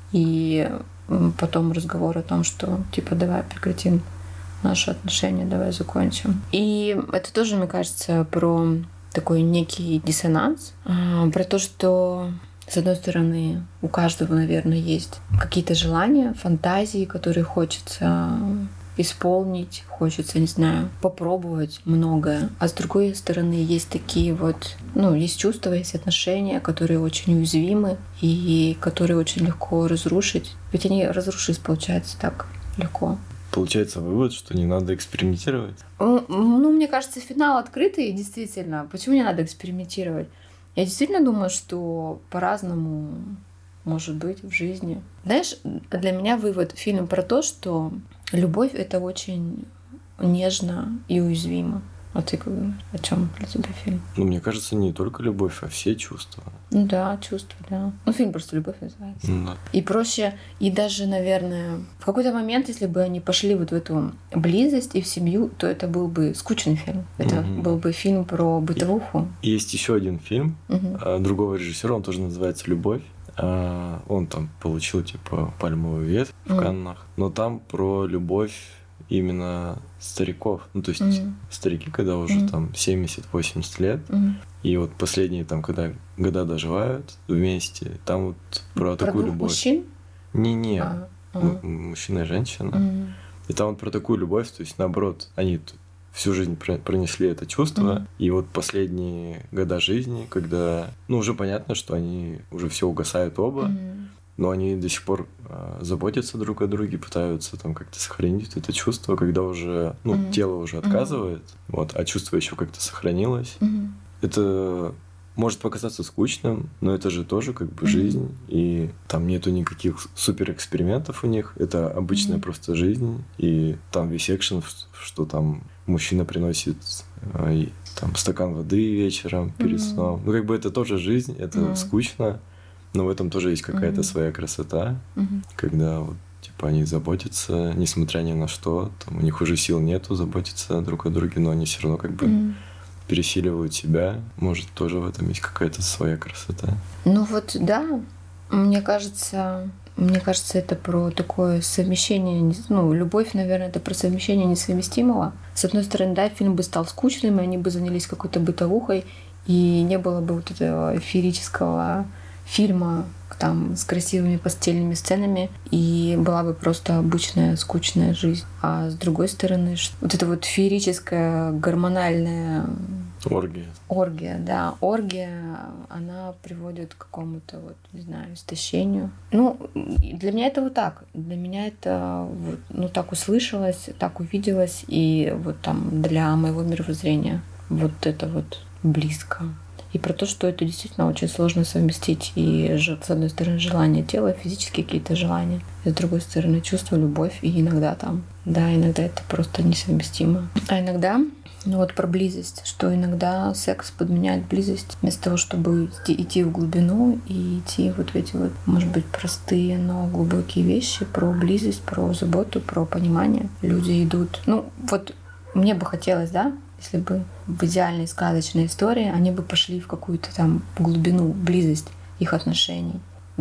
B: И потом разговор о том, что типа давай прекратим наши отношения, давай закончим. И это тоже, мне кажется, про такой некий диссонанс, про то, что, с одной стороны, у каждого, наверное, есть какие-то желания, фантазии, которые хочется исполнить, хочется, не знаю, попробовать многое. А с другой стороны, есть такие вот, ну, есть чувства, есть отношения, которые очень уязвимы и которые очень легко разрушить. Ведь они разрушились, получается, так легко.
A: Получается вывод, что не надо экспериментировать?
B: Ну, мне кажется, финал открытый, действительно. Почему не надо экспериментировать? Я действительно думаю, что по-разному может быть в жизни. Знаешь, для меня вывод фильма про то, что любовь — это очень нежно и уязвимо. А ты как думаешь, о чем для тебя фильм?
A: Ну, мне кажется, не только любовь, а все чувства.
B: Ну да, чувства, да. Ну, фильм просто «Любовь» называется.
A: Ну, да.
B: И проще, и даже, наверное, в какой-то момент, если бы они пошли вот в эту близость и в семью, то это был бы скучный фильм. Это угу. был бы фильм про бытовуху.
A: И есть еще один фильм угу. другого режиссера, он тоже называется «Любовь». Он там получил, типа, пальмовый ветвь в Каннах. Но там про любовь именно стариков. Ну, то есть mm-hmm. старики, когда уже mm-hmm. там семьдесят-восемьдесят лет, mm-hmm. и вот последние там, когда года доживают вместе, там вот про, про такую любовь.
B: Мужчин?
A: Не-не,
B: а,
A: м- а. мужчина и женщина.
B: Mm-hmm.
A: И там вот про такую любовь, то есть наоборот, они всю жизнь пронесли это чувство, mm-hmm. и вот последние года жизни, когда, ну, уже понятно, что они уже все угасают оба, mm-hmm. но они до сих пор э, заботятся друг о друге, пытаются там как-то сохранить это чувство, когда уже, ну, mm-hmm. тело уже отказывает, mm-hmm. вот, а чувство еще как-то сохранилось. Mm-hmm. Это может показаться скучным, но это же тоже как бы mm-hmm. жизнь, и там нету никаких суперэкспериментов у них, это обычная mm-hmm. просто жизнь, и там весь экшен, что там мужчина приносит э, там стакан воды вечером перед mm-hmm. сном. Ну, как бы это тоже жизнь, это mm-hmm. скучно. Но в этом тоже есть какая-то mm-hmm. своя красота, mm-hmm. когда вот, типа, они заботятся, несмотря ни на что, там у них уже сил нету заботиться друг о друге, но они все равно как бы mm-hmm. пересиливают себя. Может, тоже в этом есть какая-то своя красота.
B: Ну вот, да, мне кажется, мне кажется, это про такое совмещение, ну, любовь, наверное, это про совмещение несовместимого. С одной стороны, да, фильм бы стал скучным, и они бы занялись какой-то бытовухой, и не было бы вот этого эфирического фильма там с красивыми постельными сценами, и была бы просто обычная скучная жизнь. А с другой стороны, вот эта вот феерическая гормональная
A: оргия.
B: Оргия, да, оргия, она приводит к какому-то вот, не знаю, истощению. Ну, для меня это вот так. Для меня это вот, ну, так услышалось, так увиделось, и вот там для моего мировоззрения вот это вот близко. И про то, что это действительно очень сложно совместить. И с одной стороны желание тела, физические какие-то желания. И с другой стороны чувство, любовь. И иногда там, да, иногда это просто несовместимо. А иногда, ну вот про близость, что иногда секс подменяет близость. Вместо того, чтобы идти в глубину и идти вот в эти вот, может быть, простые, но глубокие вещи про близость, про заботу, про понимание. Люди идут. Ну вот мне бы хотелось, да, если бы в идеальной сказочной истории они бы пошли в какую-то там глубину, близость их отношений.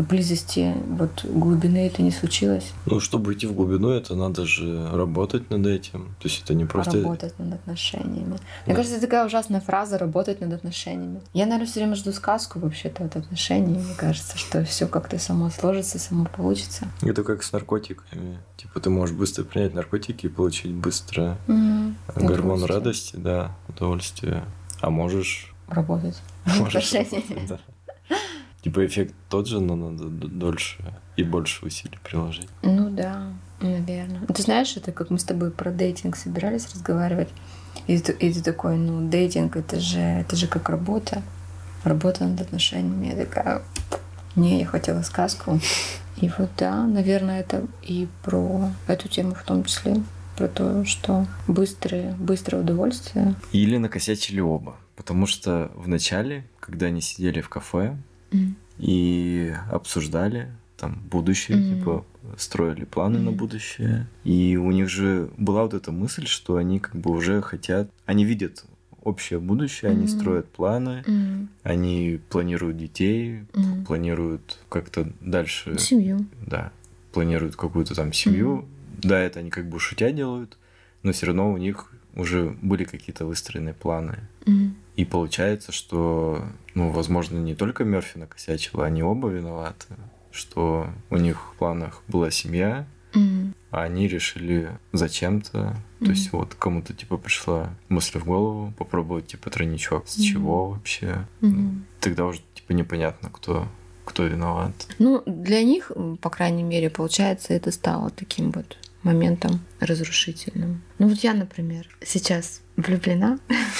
B: близости, вот глубины это не случилось.
A: Ну, чтобы идти в глубину, это надо же работать над этим. То есть это не просто...
B: Работать над отношениями. Мне кажется, это такая ужасная фраза — работать над отношениями. Я, наверное, все время жду сказку вообще-то от отношений. Мне кажется, что все как-то само сложится, само получится.
A: Это как с наркотиками. Типа ты можешь быстро принять наркотики и получить быстро
B: mm-hmm.
A: гормон радости, да, удовольствия. А можешь...
B: Работать над отношениями.
A: Да. Типа эффект тот же, но надо дольше и больше усилий приложить.
B: Ну да, наверное. Ты знаешь, это как мы с тобой про дейтинг собирались разговаривать. И ты, и ты такой, ну, дейтинг это же, это же как работа. Работа над отношениями. Я такая, не, я хотела сказку. И вот да, наверное, это и про эту тему в том числе. Про то, что быстрое, быстрое удовольствие.
A: Или накосячили оба. Потому что в начале, когда они сидели в кафе, mm. и обсуждали там будущее, mm. типа строили планы mm. на будущее. И у них же была вот эта мысль, что они как бы уже хотят... Они видят общее будущее, mm. они строят планы, mm. они планируют детей, mm. планируют как-то дальше...
B: Семью.
A: Да, планируют какую-то там семью. Mm. Да, это они как бы шутя делают, но все равно у них уже были какие-то выстроенные планы.
B: Mm.
A: И получается, что, ну, возможно, не только Мёрфи накосячила, они оба виноваты, что у них в планах была семья,
B: mm.
A: а они решили зачем-то, mm. то есть вот кому-то типа пришла мысль в голову попробовать типа тройничок, с mm. чего вообще?
B: Mm.
A: Тогда уже типа непонятно, кто кто виноват.
B: Ну, для них, по крайней мере, получается, это стало таким вот моментом разрушительным. Ну вот я, например, сейчас влюблена,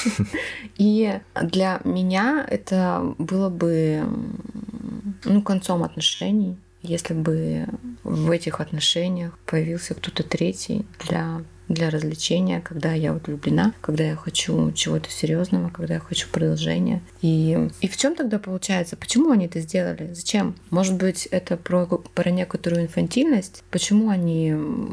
B: и для меня это было бы, ну, концом отношений, если бы в этих отношениях появился кто-то третий для для развлечения, когда я вот влюблена, когда я хочу чего-то серьезного, когда я хочу продолжения. И, и в чем тогда получается? Почему они это сделали? Зачем? Может быть, это про, про некоторую инфантильность? Почему они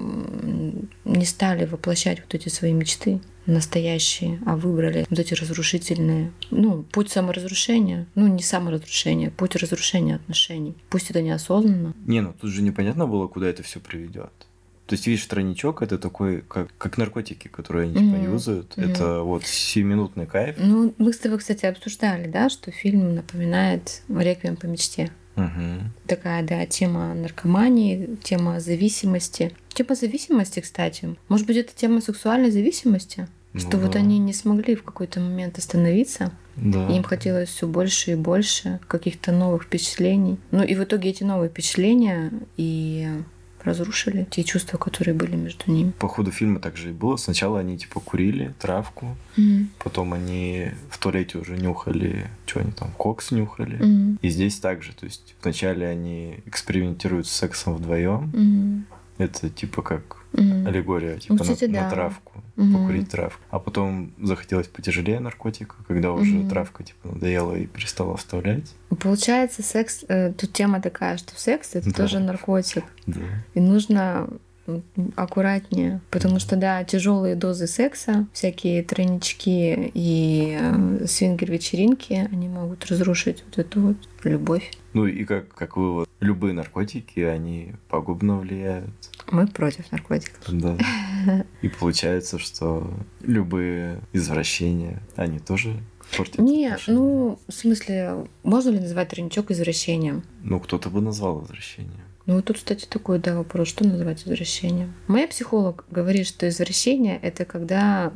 B: не стали воплощать вот эти свои мечты настоящие, а выбрали вот эти разрушительные, ну, путь саморазрушения, ну, не саморазрушения, путь разрушения отношений. Пусть это неосознанно.
A: Не, ну тут же непонятно было, куда это все приведет. То есть, видишь, тройничок — это такой, как, как наркотики, которые они типа mm-hmm. юзают. Mm-hmm. Это вот сиюминутный кайф.
B: Ну, мы с тобой, кстати, обсуждали, да, что фильм напоминает «Реквием по мечте».
A: Mm-hmm.
B: Такая, да, тема наркомании, тема зависимости. Тема зависимости, кстати. Может быть, это тема сексуальной зависимости? Ну, что да. Вот они не смогли в какой-то момент остановиться.
A: Да.
B: И им хотелось все больше и больше каких-то новых впечатлений. Ну и в итоге эти новые впечатления и... разрушили те чувства, которые были между ними.
A: По ходу фильма также и было. Сначала они типа курили травку,
B: mm-hmm.
A: потом они в туалете уже нюхали, что они там, кокс нюхали.
B: Mm-hmm.
A: И здесь также, то есть вначале они экспериментируют с сексом вдвоем.
B: Mm-hmm.
A: Это типа как
B: mm-hmm.
A: аллегория, типа
B: ну, кстати,
A: на,
B: да.
A: на травку,
B: mm-hmm.
A: покурить травку. А потом захотелось потяжелее наркотика, когда уже
B: mm-hmm.
A: травка типа надоела и перестала вставлять.
B: Получается, секс, э, тут тема такая, что секс — это
A: да.
B: тоже наркотик.
A: Да.
B: И нужно аккуратнее, потому что, да, тяжелые дозы секса, всякие тройнички и э, свингер-вечеринки, они могут разрушить вот эту вот любовь.
A: Ну и как, как вывод, любые наркотики, они пагубно влияют.
B: Мы против наркотиков.
A: Да. И получается, что любые извращения, они тоже портят
B: Не,
A: отношения.
B: ну, в смысле, можно ли назвать тройничок извращением?
A: Ну, кто-то бы назвал извращением.
B: Ну, вот тут, кстати, такой, да, вопрос, что называть извращением. Моя психолог говорит, что извращение — это когда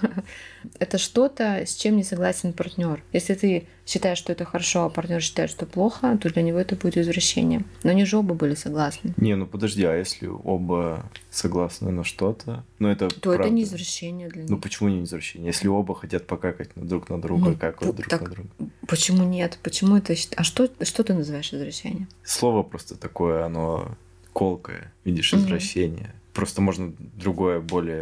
B: это что-то, с чем не согласен партнер. Если ты считаешь, что это хорошо, а партнер считает, что плохо, то для него это будет извращение. Но они же оба были согласны.
A: Не, ну подожди, а если оба согласны на что-то, ну это
B: то
A: правда.
B: Это не извращение для них.
A: Ну почему не извращение? Если оба хотят покакать друг на друга,
B: ну,
A: какают друг
B: так,
A: на друга.
B: Почему нет? Почему это? А что, что ты называешь извращением?
A: Слово просто такое, оно колкое, видишь, извращение. Mm-hmm. Просто можно другое, более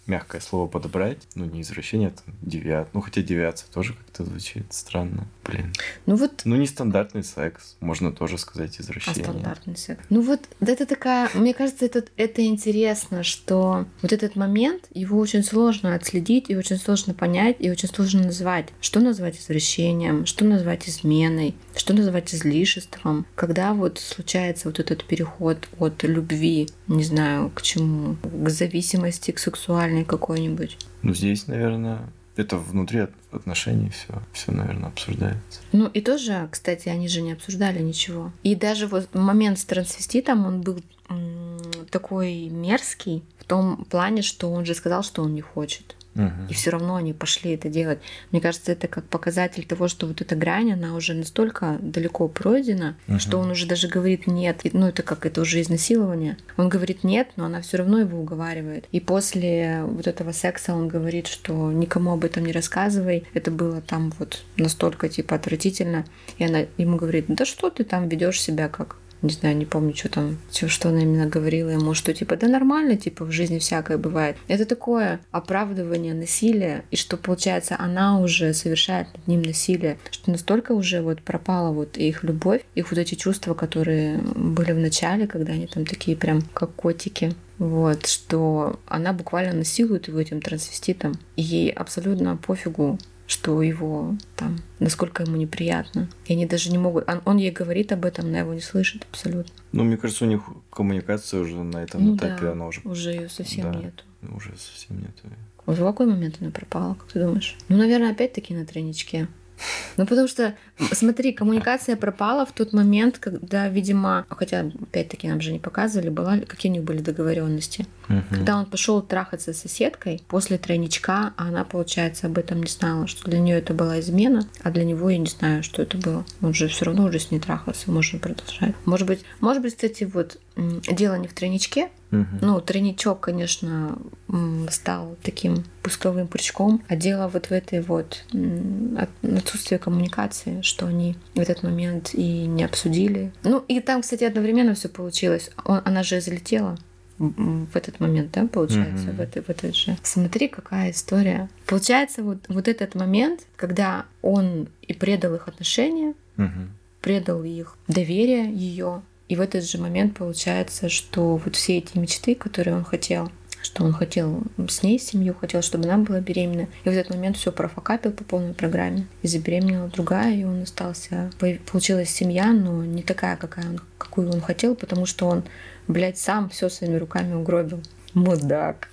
A: мягкое слово подобрать. Ну, не извращение, а девиат. Ну, хотя девиация тоже как-то звучит странно. Блин.
B: Ну вот...
A: Ну, нестандартный секс. Можно тоже сказать
B: А
A: извращение.
B: стандартный секс. Ну вот, да это такая... Мне кажется, это, это интересно, что вот этот момент, его очень сложно отследить, и очень сложно понять, и очень сложно назвать. Что назвать извращением, что назвать изменой, что назвать излишеством. Когда вот случается вот этот переход от любви, не знаю, к чему, к зависимости, к сексуальной какой-нибудь.
A: Ну, здесь, наверное, это внутри от- отношений все, все, наверное, обсуждается.
B: Ну и тоже, кстати, они же не обсуждали ничего. И даже вот момент с трансвеститом, он был м, такой мерзкий в том плане, что он же сказал, что он не хочет.
A: Мгм.
B: И все равно они пошли это делать. Мне кажется, это как показатель того, что вот эта грань, она уже настолько далеко пройдена,
A: Мгм.
B: что он уже даже говорит нет. И, ну, это как это уже изнасилование. Он говорит нет, но она все равно его уговаривает. И после вот этого секса он говорит, что никому об этом не рассказывай. Это было там вот настолько типа отвратительно. И она ему говорит: да что ты там ведешь себя как, не знаю, не помню, что там, чё- что она именно говорила ему, что типа, да нормально, типа, в жизни всякое бывает. Это такое оправдывание насилия, и что, получается, она уже совершает над ним насилие, что настолько уже вот пропала вот их любовь, их вот эти чувства, которые были в начале, когда они там такие прям как котики. Вот, что она буквально насилует его этим трансвеститом. И ей абсолютно пофигу, что его там, насколько ему неприятно. И они даже не могут... Он, он ей говорит об этом, она его не слышит абсолютно.
A: Ну, мне кажется, у них коммуникация уже на этом
B: Ну
A: этапе,
B: да,
A: она уже,
B: уже ее совсем
A: да.
B: нету.
A: уже совсем нет.
B: Вот в какой момент она пропала, как ты думаешь? Ну, наверное, опять-таки на тройничке. Ну, потому что, смотри, коммуникация пропала в тот момент, когда, видимо, хотя, опять-таки, нам же не показывали, была, какие у них были договоренности.
A: Мгм.
B: Когда он пошел трахаться с соседкой после тройничка, а она, получается, об этом не знала, что для нее это была измена, а для него я не знаю, что это было. Он же все равно уже с ней трахался, можно продолжать. Может быть, может быть, кстати, вот м, дело не в тройничке.
A: Мгм.
B: Ну, тройничок, конечно, м, стал таким пусковым прыжком, а дело вот в этой вот м, от- отсутствии коммуникации, что они в этот момент и не обсудили. Ну, и там, кстати, одновременно все получилось. Он- она же залетела м, в этот момент, да, получается,
A: Мгм.
B: в, это- в этот же. Смотри, какая история. Получается, вот, вот этот момент, когда он и предал их отношения,
A: Мгм.
B: предал их доверие ее. И в этот же момент получается, что вот все эти мечты, которые он хотел, что он хотел с ней семью, хотел, чтобы она была беременна. И в этот момент все профокапил по полной программе. И забеременела другая, и он остался... По- Получилась семья, но не такая, какая он, какую он хотел, потому что он, блядь, сам все своими руками угробил. Мудак.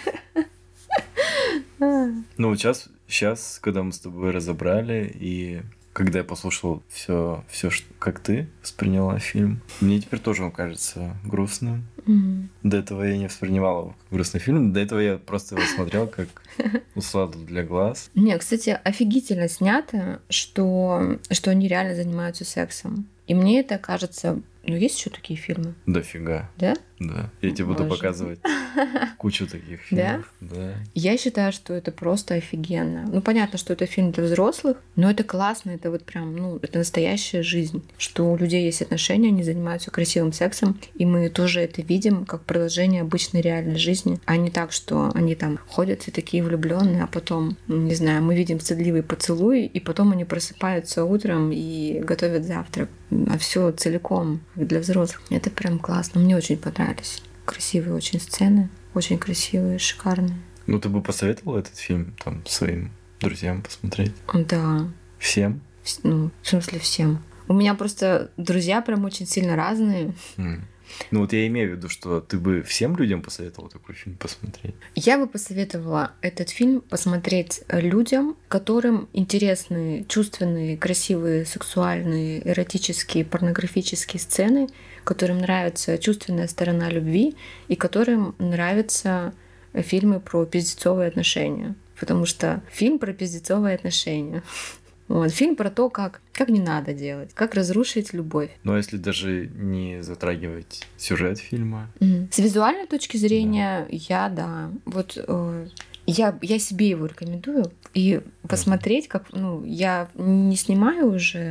A: Ну, вот сейчас, сейчас, когда мы с тобой разобрали, и когда я послушал все, все, как ты восприняла фильм, мне теперь тоже он кажется грустным.
B: Мгм.
A: До этого я не воспринимал его как грустный фильм, до этого я просто его смотрел как усладу для глаз.
B: Не, кстати, офигительно снято, что, что они реально занимаются сексом. И мне это кажется... Ну, есть еще такие фильмы,
A: Дофига,
B: да?
A: да. Я тебе буду
B: Боже.
A: показывать кучу таких
B: Да?
A: фильмов. Да?
B: Я считаю, что это просто офигенно. Ну, понятно, что это фильм для взрослых, но это классно, это вот прям, ну, это настоящая жизнь, что у людей есть отношения, они занимаются красивым сексом, и мы тоже это видим как продолжение обычной реальной жизни, а не так, что они там ходят все такие влюбленные, а потом, не знаю, мы видим стыдливый поцелуй, и потом они просыпаются утром и готовят завтрак, а все целиком для взрослых. Это прям классно, мне очень понравились. Красивые очень сцены, очень красивые, шикарные.
A: Ну, ты бы посоветовал этот фильм там своим друзьям посмотреть?
B: Да,
A: Всем?
B: вс- ну, в смысле всем. У меня просто друзья прям очень сильно разные.
A: М. Ну, вот я имею в виду, что ты бы всем людям посоветовал такой фильм посмотреть?
B: Я бы посоветовала этот фильм посмотреть людям, которым интересны чувственные, красивые, сексуальные, эротические, порнографические сцены, которым нравится чувственная сторона любви и которым нравятся фильмы про пиздецовые отношения. Потому что фильм про пиздецовые отношения. Вот. Фильм про то, как, как не надо делать, как разрушить любовь.
A: Но если даже не затрагивать сюжет фильма,
B: Мгм. С визуальной точки зрения, я, да. Вот э, я, я себе его рекомендую. И посмотреть, как, ну, я не снимаю уже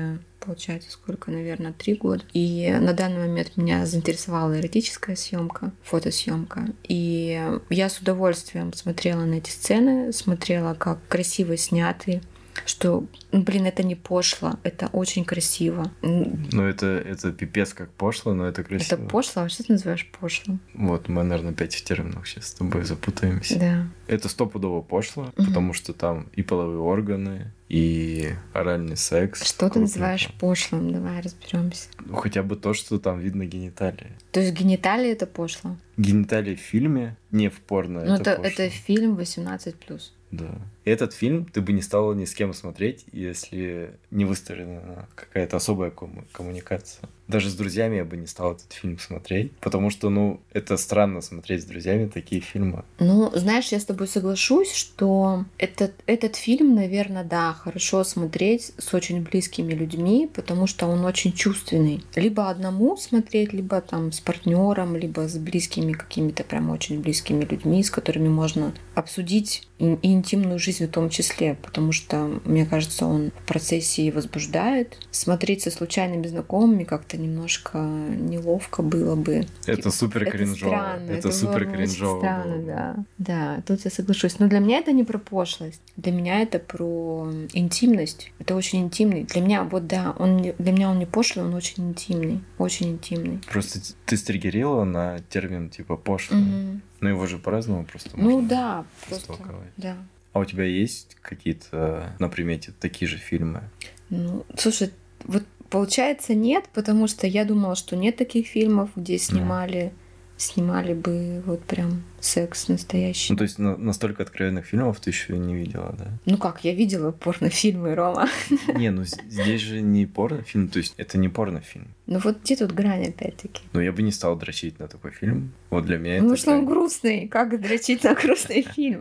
B: получается, сколько, наверное, три года. И на данный момент меня заинтересовала эротическая съемка, фотосъемка. И я с удовольствием смотрела на эти сцены, смотрела, как красиво сняты, что, блин, это не пошло, это очень красиво.
A: Ну, это, это пипец как пошло, но это красиво.
B: Это пошло? А что ты называешь пошлым?
A: Вот, мы, наверное, опять в терминах сейчас с тобой запутаемся.
B: Да.
A: Это стопудово пошло,
B: Угу.
A: потому что там и половые органы, и оральный секс.
B: Что ты называешь пошлым? Давай разберемся.
A: Ну, хотя бы то, что там видно гениталии.
B: То есть гениталии это пошло?
A: Гениталии в фильме, не в порно,
B: Ну,
A: это,
B: это,
A: пошло.
B: это фильм восемнадцать плюс.
A: Да. Этот фильм ты бы не стала ни с кем смотреть, если не выстроена какая-то особая кому- коммуникация. Даже с друзьями я бы не стал этот фильм смотреть, потому что, ну, это странно смотреть с друзьями такие фильмы.
B: Ну, знаешь, я с тобой соглашусь, что этот, этот фильм, наверное, да, хорошо смотреть с очень близкими людьми, потому что он очень чувственный. Либо одному смотреть, либо там с партнером, либо с близкими какими-то прям очень близкими людьми, с которыми можно обсудить и, и интимную жизнь в том числе, потому что, мне кажется, он в процессе и возбуждает. Смотреть со случайными знакомыми как-то немножко неловко было бы.
A: Это супер
B: Это
A: кринжово.
B: странно,
A: Это,
B: это
A: супер
B: было бы очень
A: кринжово.
B: странно,
A: было бы.
B: да. Да, тут я соглашусь. Но для меня это не про пошлость. Для меня это про интимность. Это очень интимный. Для меня, вот да, он не- для меня он не пошлый, он очень интимный. Очень интимный.
A: Просто т- ты стригерила на термин типа пошлый.
B: Мгм.
A: Но его же по-разному просто
B: Ну
A: можно
B: да, просто.
A: истолковать.
B: Да.
A: А у тебя есть какие-то на примете такие же фильмы?
B: Ну, слушай, вот получается нет, потому что я думала, что нет таких фильмов, где снимали, снимали бы вот прям секс настоящий.
A: Ну, то есть на- настолько откровенных фильмов ты еще не видела, да?
B: Ну как, я видела порнофильмы, Рома.
A: Не, ну з- здесь же не порнофильм, то есть это не порнофильм.
B: Ну вот где тут грань опять-таки?
A: Но я бы не стал дрочить на такой фильм. Вот для меня
B: Ну
A: это
B: что он
A: грань.
B: грустный, как дрочить на грустный фильм?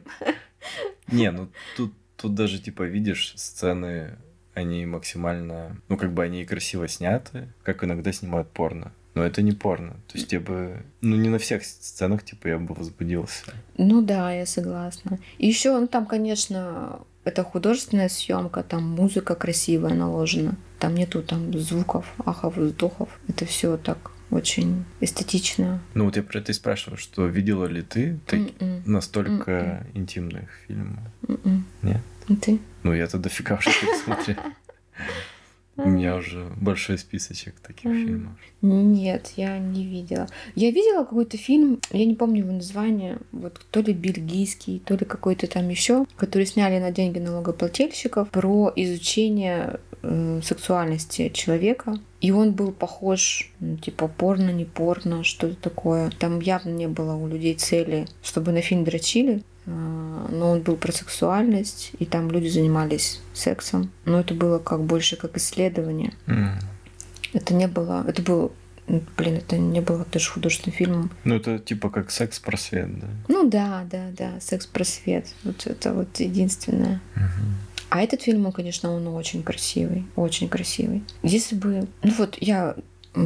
A: Не, ну тут, тут даже типа видишь сцены, они максимально, ну как бы они и красиво сняты, как иногда снимают порно. Но это не порно. То есть я бы, ну не на всех сценах типа я бы возбудился.
B: Ну да, я согласна. И еще, ну там, конечно, это художественная съемка, там музыка красивая наложена, там нету там звуков, ахов, вздохов. Это все так очень эстетично.
A: Ну вот я про это и спрашиваю, что видела ли ты так-
B: М-м.
A: настолько интимных фильмов?
B: М-м.
A: Нет?
B: А ты?
A: Ну я-то дофига уже пересмотрел. У меня уже большой списочек таких
B: М.
A: фильмов.
B: Нет, я не видела. Я видела какой-то фильм, я не помню его название, вот то ли бельгийский, то ли какой-то там еще, который сняли на деньги налогоплательщиков про изучение э, сексуальности человека. И он был похож, ну, типа порно, не порно, что-то такое. Там явно не было у людей цели, чтобы на фильм дрочили. А, но он был про сексуальность, и там люди занимались сексом. Но это было как больше как исследование.
A: М.
B: Это не было... Это был... Блин, это не было даже художественным фильмом.
A: Ну это типа как секс-просвет, да?
B: Ну да, да, да, секс-просвет. Вот это вот единственное.
A: Мгм.
B: А этот фильм, он, конечно, он очень красивый. Очень красивый. Если бы... Ну вот я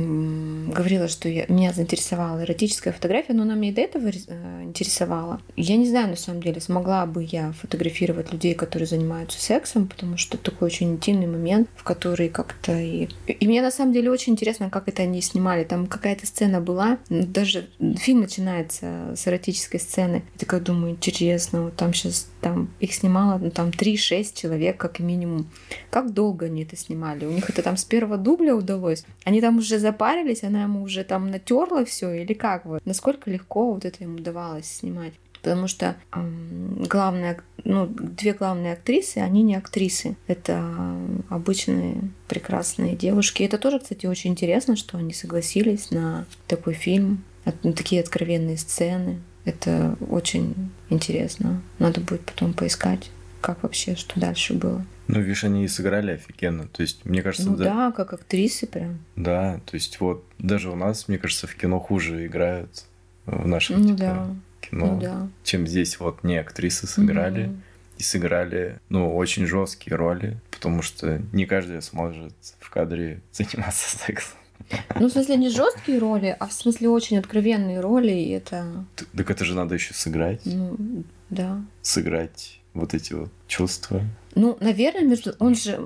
B: м, говорила, что я, меня заинтересовала эротическая фотография, но она меня и до этого э, интересовала. Я не знаю, на самом деле, смогла бы я фотографировать людей, которые занимаются сексом, потому что такой очень интимный момент, в который как-то и... И мне на самом деле очень интересно, как это они снимали. Там какая-то сцена была, ну, даже фильм начинается с эротической сцены. Я такая думаю, интересно, вот там сейчас там их снимало, ну, там три-шесть человек как минимум. Как долго они это снимали? У них это там с первого дубля удалось? Они там уже запарились, она ему уже там натерла все или как вот? Насколько легко вот это ему удавалось снимать? Потому что эм, главная, ну, две главные актрисы, они не актрисы. Это обычные прекрасные девушки. И это тоже, кстати, очень интересно, что они согласились на такой фильм, от- на такие откровенные сцены. Это очень интересно. Надо будет потом поискать, как вообще, что дальше было.
A: Ну, видишь, они и сыграли офигенно. То есть, мне кажется,
B: Ну
A: да,
B: да, как актрисы прям.
A: да, то есть вот даже у нас, мне кажется, в кино хуже играют в нашем
B: Ну
A: типа,
B: да,
A: кино,
B: ну да.
A: чем здесь вот не актрисы сыграли.
B: Мгм.
A: И сыграли, ну, очень жесткие роли, потому что не каждый сможет в кадре заниматься сексом.
B: Ну, в смысле, не жесткие роли, а в смысле очень откровенные роли. И это,
A: Т- Так это же надо еще сыграть.
B: ну, да.
A: Сыграть вот эти вот чувства.
B: Ну, наверное, между... он же...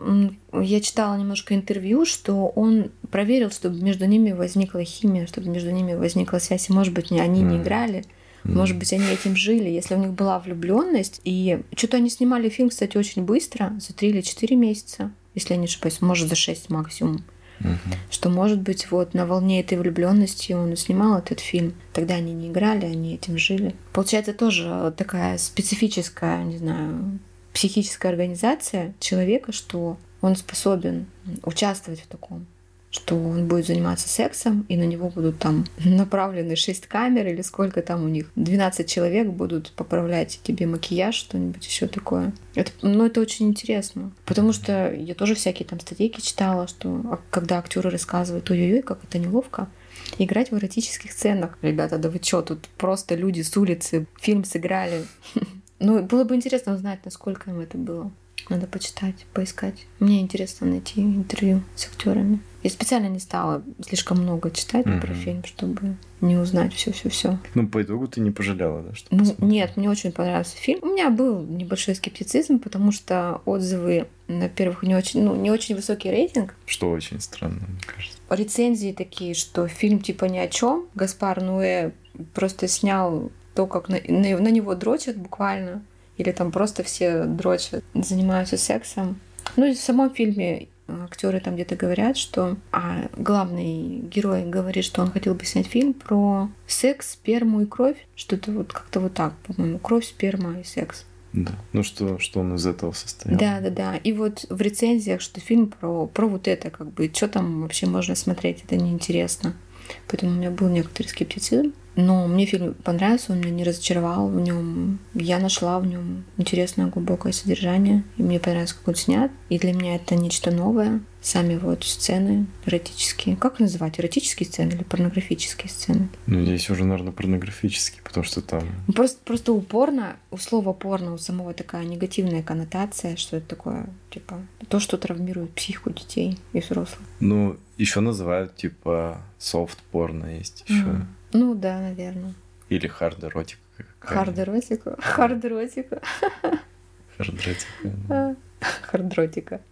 B: Я читала немножко интервью, что он проверил, чтобы между ними возникла химия, чтобы между ними возникла связь. И, может быть, они mm. не играли, mm. может быть, они этим жили. Если у них была влюбленность. И что-то они снимали фильм, кстати, очень быстро, за три или четыре месяца, если я не ошибаюсь, может, за шесть максимум. Uh-huh. Что, может быть, вот на волне этой влюбленности он снимал этот фильм. Тогда они не играли, они этим жили. Получается, тоже такая специфическая, не знаю, психическая организация человека, что он способен участвовать в таком, что он будет заниматься сексом, и на него будут там направлены шесть камер или сколько там у них, двенадцать человек будут поправлять тебе макияж, что-нибудь еще такое. Это, ну, это очень интересно, потому что я тоже всякие там статейки читала, что когда актеры рассказывают, ой-ой-ой, как это неловко играть в эротических сценах. Ребята, да вы чё, тут просто люди с улицы фильм сыграли. Ну, было бы интересно узнать, насколько им это было. Надо почитать, поискать. Мне интересно найти интервью с актерами. Я специально не стала слишком много читать mm-hmm. про фильм, чтобы не узнать все-все-все.
A: Ну, по итогу ты не пожалела, да? Что
B: ну, нет, мне очень понравился фильм. У меня был небольшой скептицизм, потому что отзывы, во-первых, не очень, ну, не очень высокий рейтинг.
A: Что очень странно, мне кажется.
B: Рецензии такие, что фильм типа ни о чем. Гаспар Ноэ просто снял то, как на, на, на него дрочат буквально. Или там просто все дрочат, занимаются сексом. Ну и в самом фильме актеры там где-то говорят, что а главный герой говорит, что он хотел бы снять фильм про секс, сперму и кровь. Что-то вот как-то вот так, по-моему. Кровь, сперма и секс.
A: Да. Ну что, что он из этого состоял?
B: Да, да, да. И вот в рецензиях, что фильм про, про вот это, как бы, что там вообще можно смотреть, это неинтересно. Поэтому у меня был некоторый скептицизм. Но мне фильм понравился, он меня не разочаровал. В нем я нашла в нем интересное глубокое содержание. И мне понравилось, как он снят. И для меня это нечто новое. Сами вот сцены эротические. Как называть? Эротические сцены или порнографические сцены?
A: Ну, здесь уже, наверное, порнографические, потому что там...
B: Просто, просто упорно, у слова порно, у самого такая негативная коннотация, что это такое, типа, то, что травмирует психику детей и взрослых.
A: Ну, еще называют, типа, софт-порно есть еще. Mm.
B: Ну да, наверное.
A: Или хард-эротика.
B: Хард-эротика? Хард-эротика.
A: Хард-эротика.
B: Хардротика.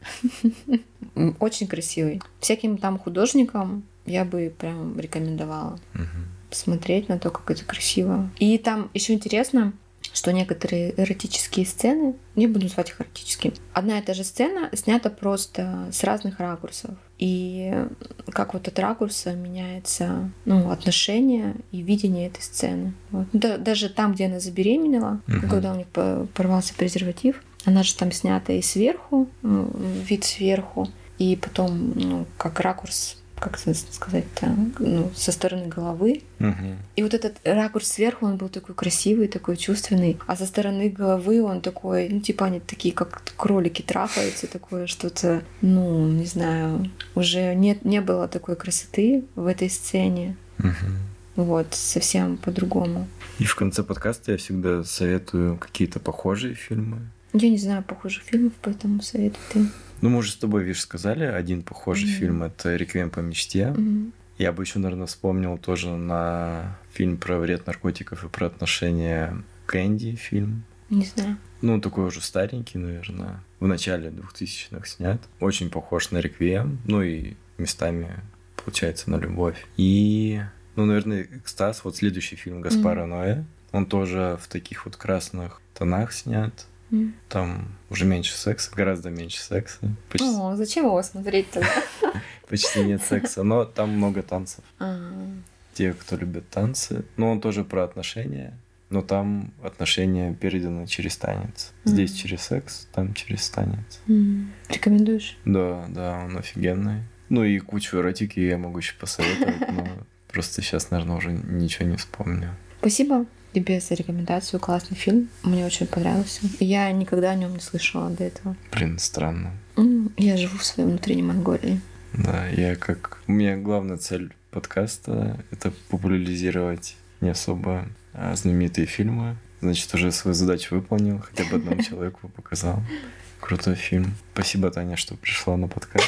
B: Очень красивый. Всяким там художникам я бы прям рекомендовала угу. посмотреть на то, как это красиво. И там еще интересно, что некоторые эротические сцены, не буду называть их эротическими, одна и та же сцена снята просто с разных ракурсов. И как вот от ракурса меняется, ну, отношение и видение этой сцены. Вот. Да, даже там, где она забеременела, uh-huh. когда у них порвался презерватив, она же там снята и сверху, ну, вид сверху, и потом, ну, как ракурс, как сказать-то, ну, со стороны головы. Uh-huh. И вот этот ракурс сверху, он был такой красивый, такой чувственный, а со стороны головы он такой, ну, типа они такие, как кролики трахаются, такое что-то, ну, не знаю, уже нет, не было такой красоты в этой сцене. Uh-huh. Вот, совсем по-другому.
A: И в конце подкаста я всегда советую какие-то похожие фильмы.
B: Я не знаю похожих фильмов, поэтому советую ты.
A: Ну, мы уже с тобой, видишь, сказали, один похожий mm-hmm. фильм — это «Реквием по мечте». Mm-hmm. Я бы еще, наверное, вспомнил тоже на фильм про вред наркотиков и про отношения Кэнди фильм.
B: Не знаю.
A: Ну, такой уже старенький, наверное, в начале двухтысячных снят. Очень похож на «Реквием», ну и местами, получается, на любовь. И, ну, наверное, «Экстаз», вот следующий фильм Гаспара mm-hmm. Ноэ, он тоже в таких вот красных тонах снят. Mm. Там уже меньше секса, гораздо меньше секса.
B: Почти... О, зачем его смотреть тогда?
A: Почти нет секса, но там много танцев.
B: А-а-а.
A: Те, кто любит танцы. Но он тоже про отношения, но там отношения переданы через танец. Здесь mm. через секс, там через танец.
B: Mm. Рекомендуешь?
A: Да, да, он офигенный. Ну и кучу эротики я могу еще посоветовать, но просто сейчас, наверное, уже ничего не вспомню.
B: Спасибо тебе за рекомендацию. Классный фильм. Мне очень понравился. Я никогда о нем не слышала до этого.
A: Блин, странно.
B: Я живу в своей внутренней Монголии.
A: Да, я как... У меня главная цель подкаста — это популяризировать не особо а знаменитые фильмы. Значит, уже свою задачу выполнил. Хотя бы одному человеку показал. Крутой фильм. Спасибо, Таня, что пришла на подкаст.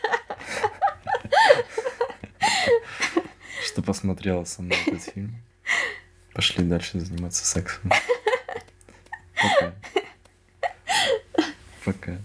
A: Что посмотрела со мной этот фильм. Пошли дальше заниматься сексом. Пока. Пока.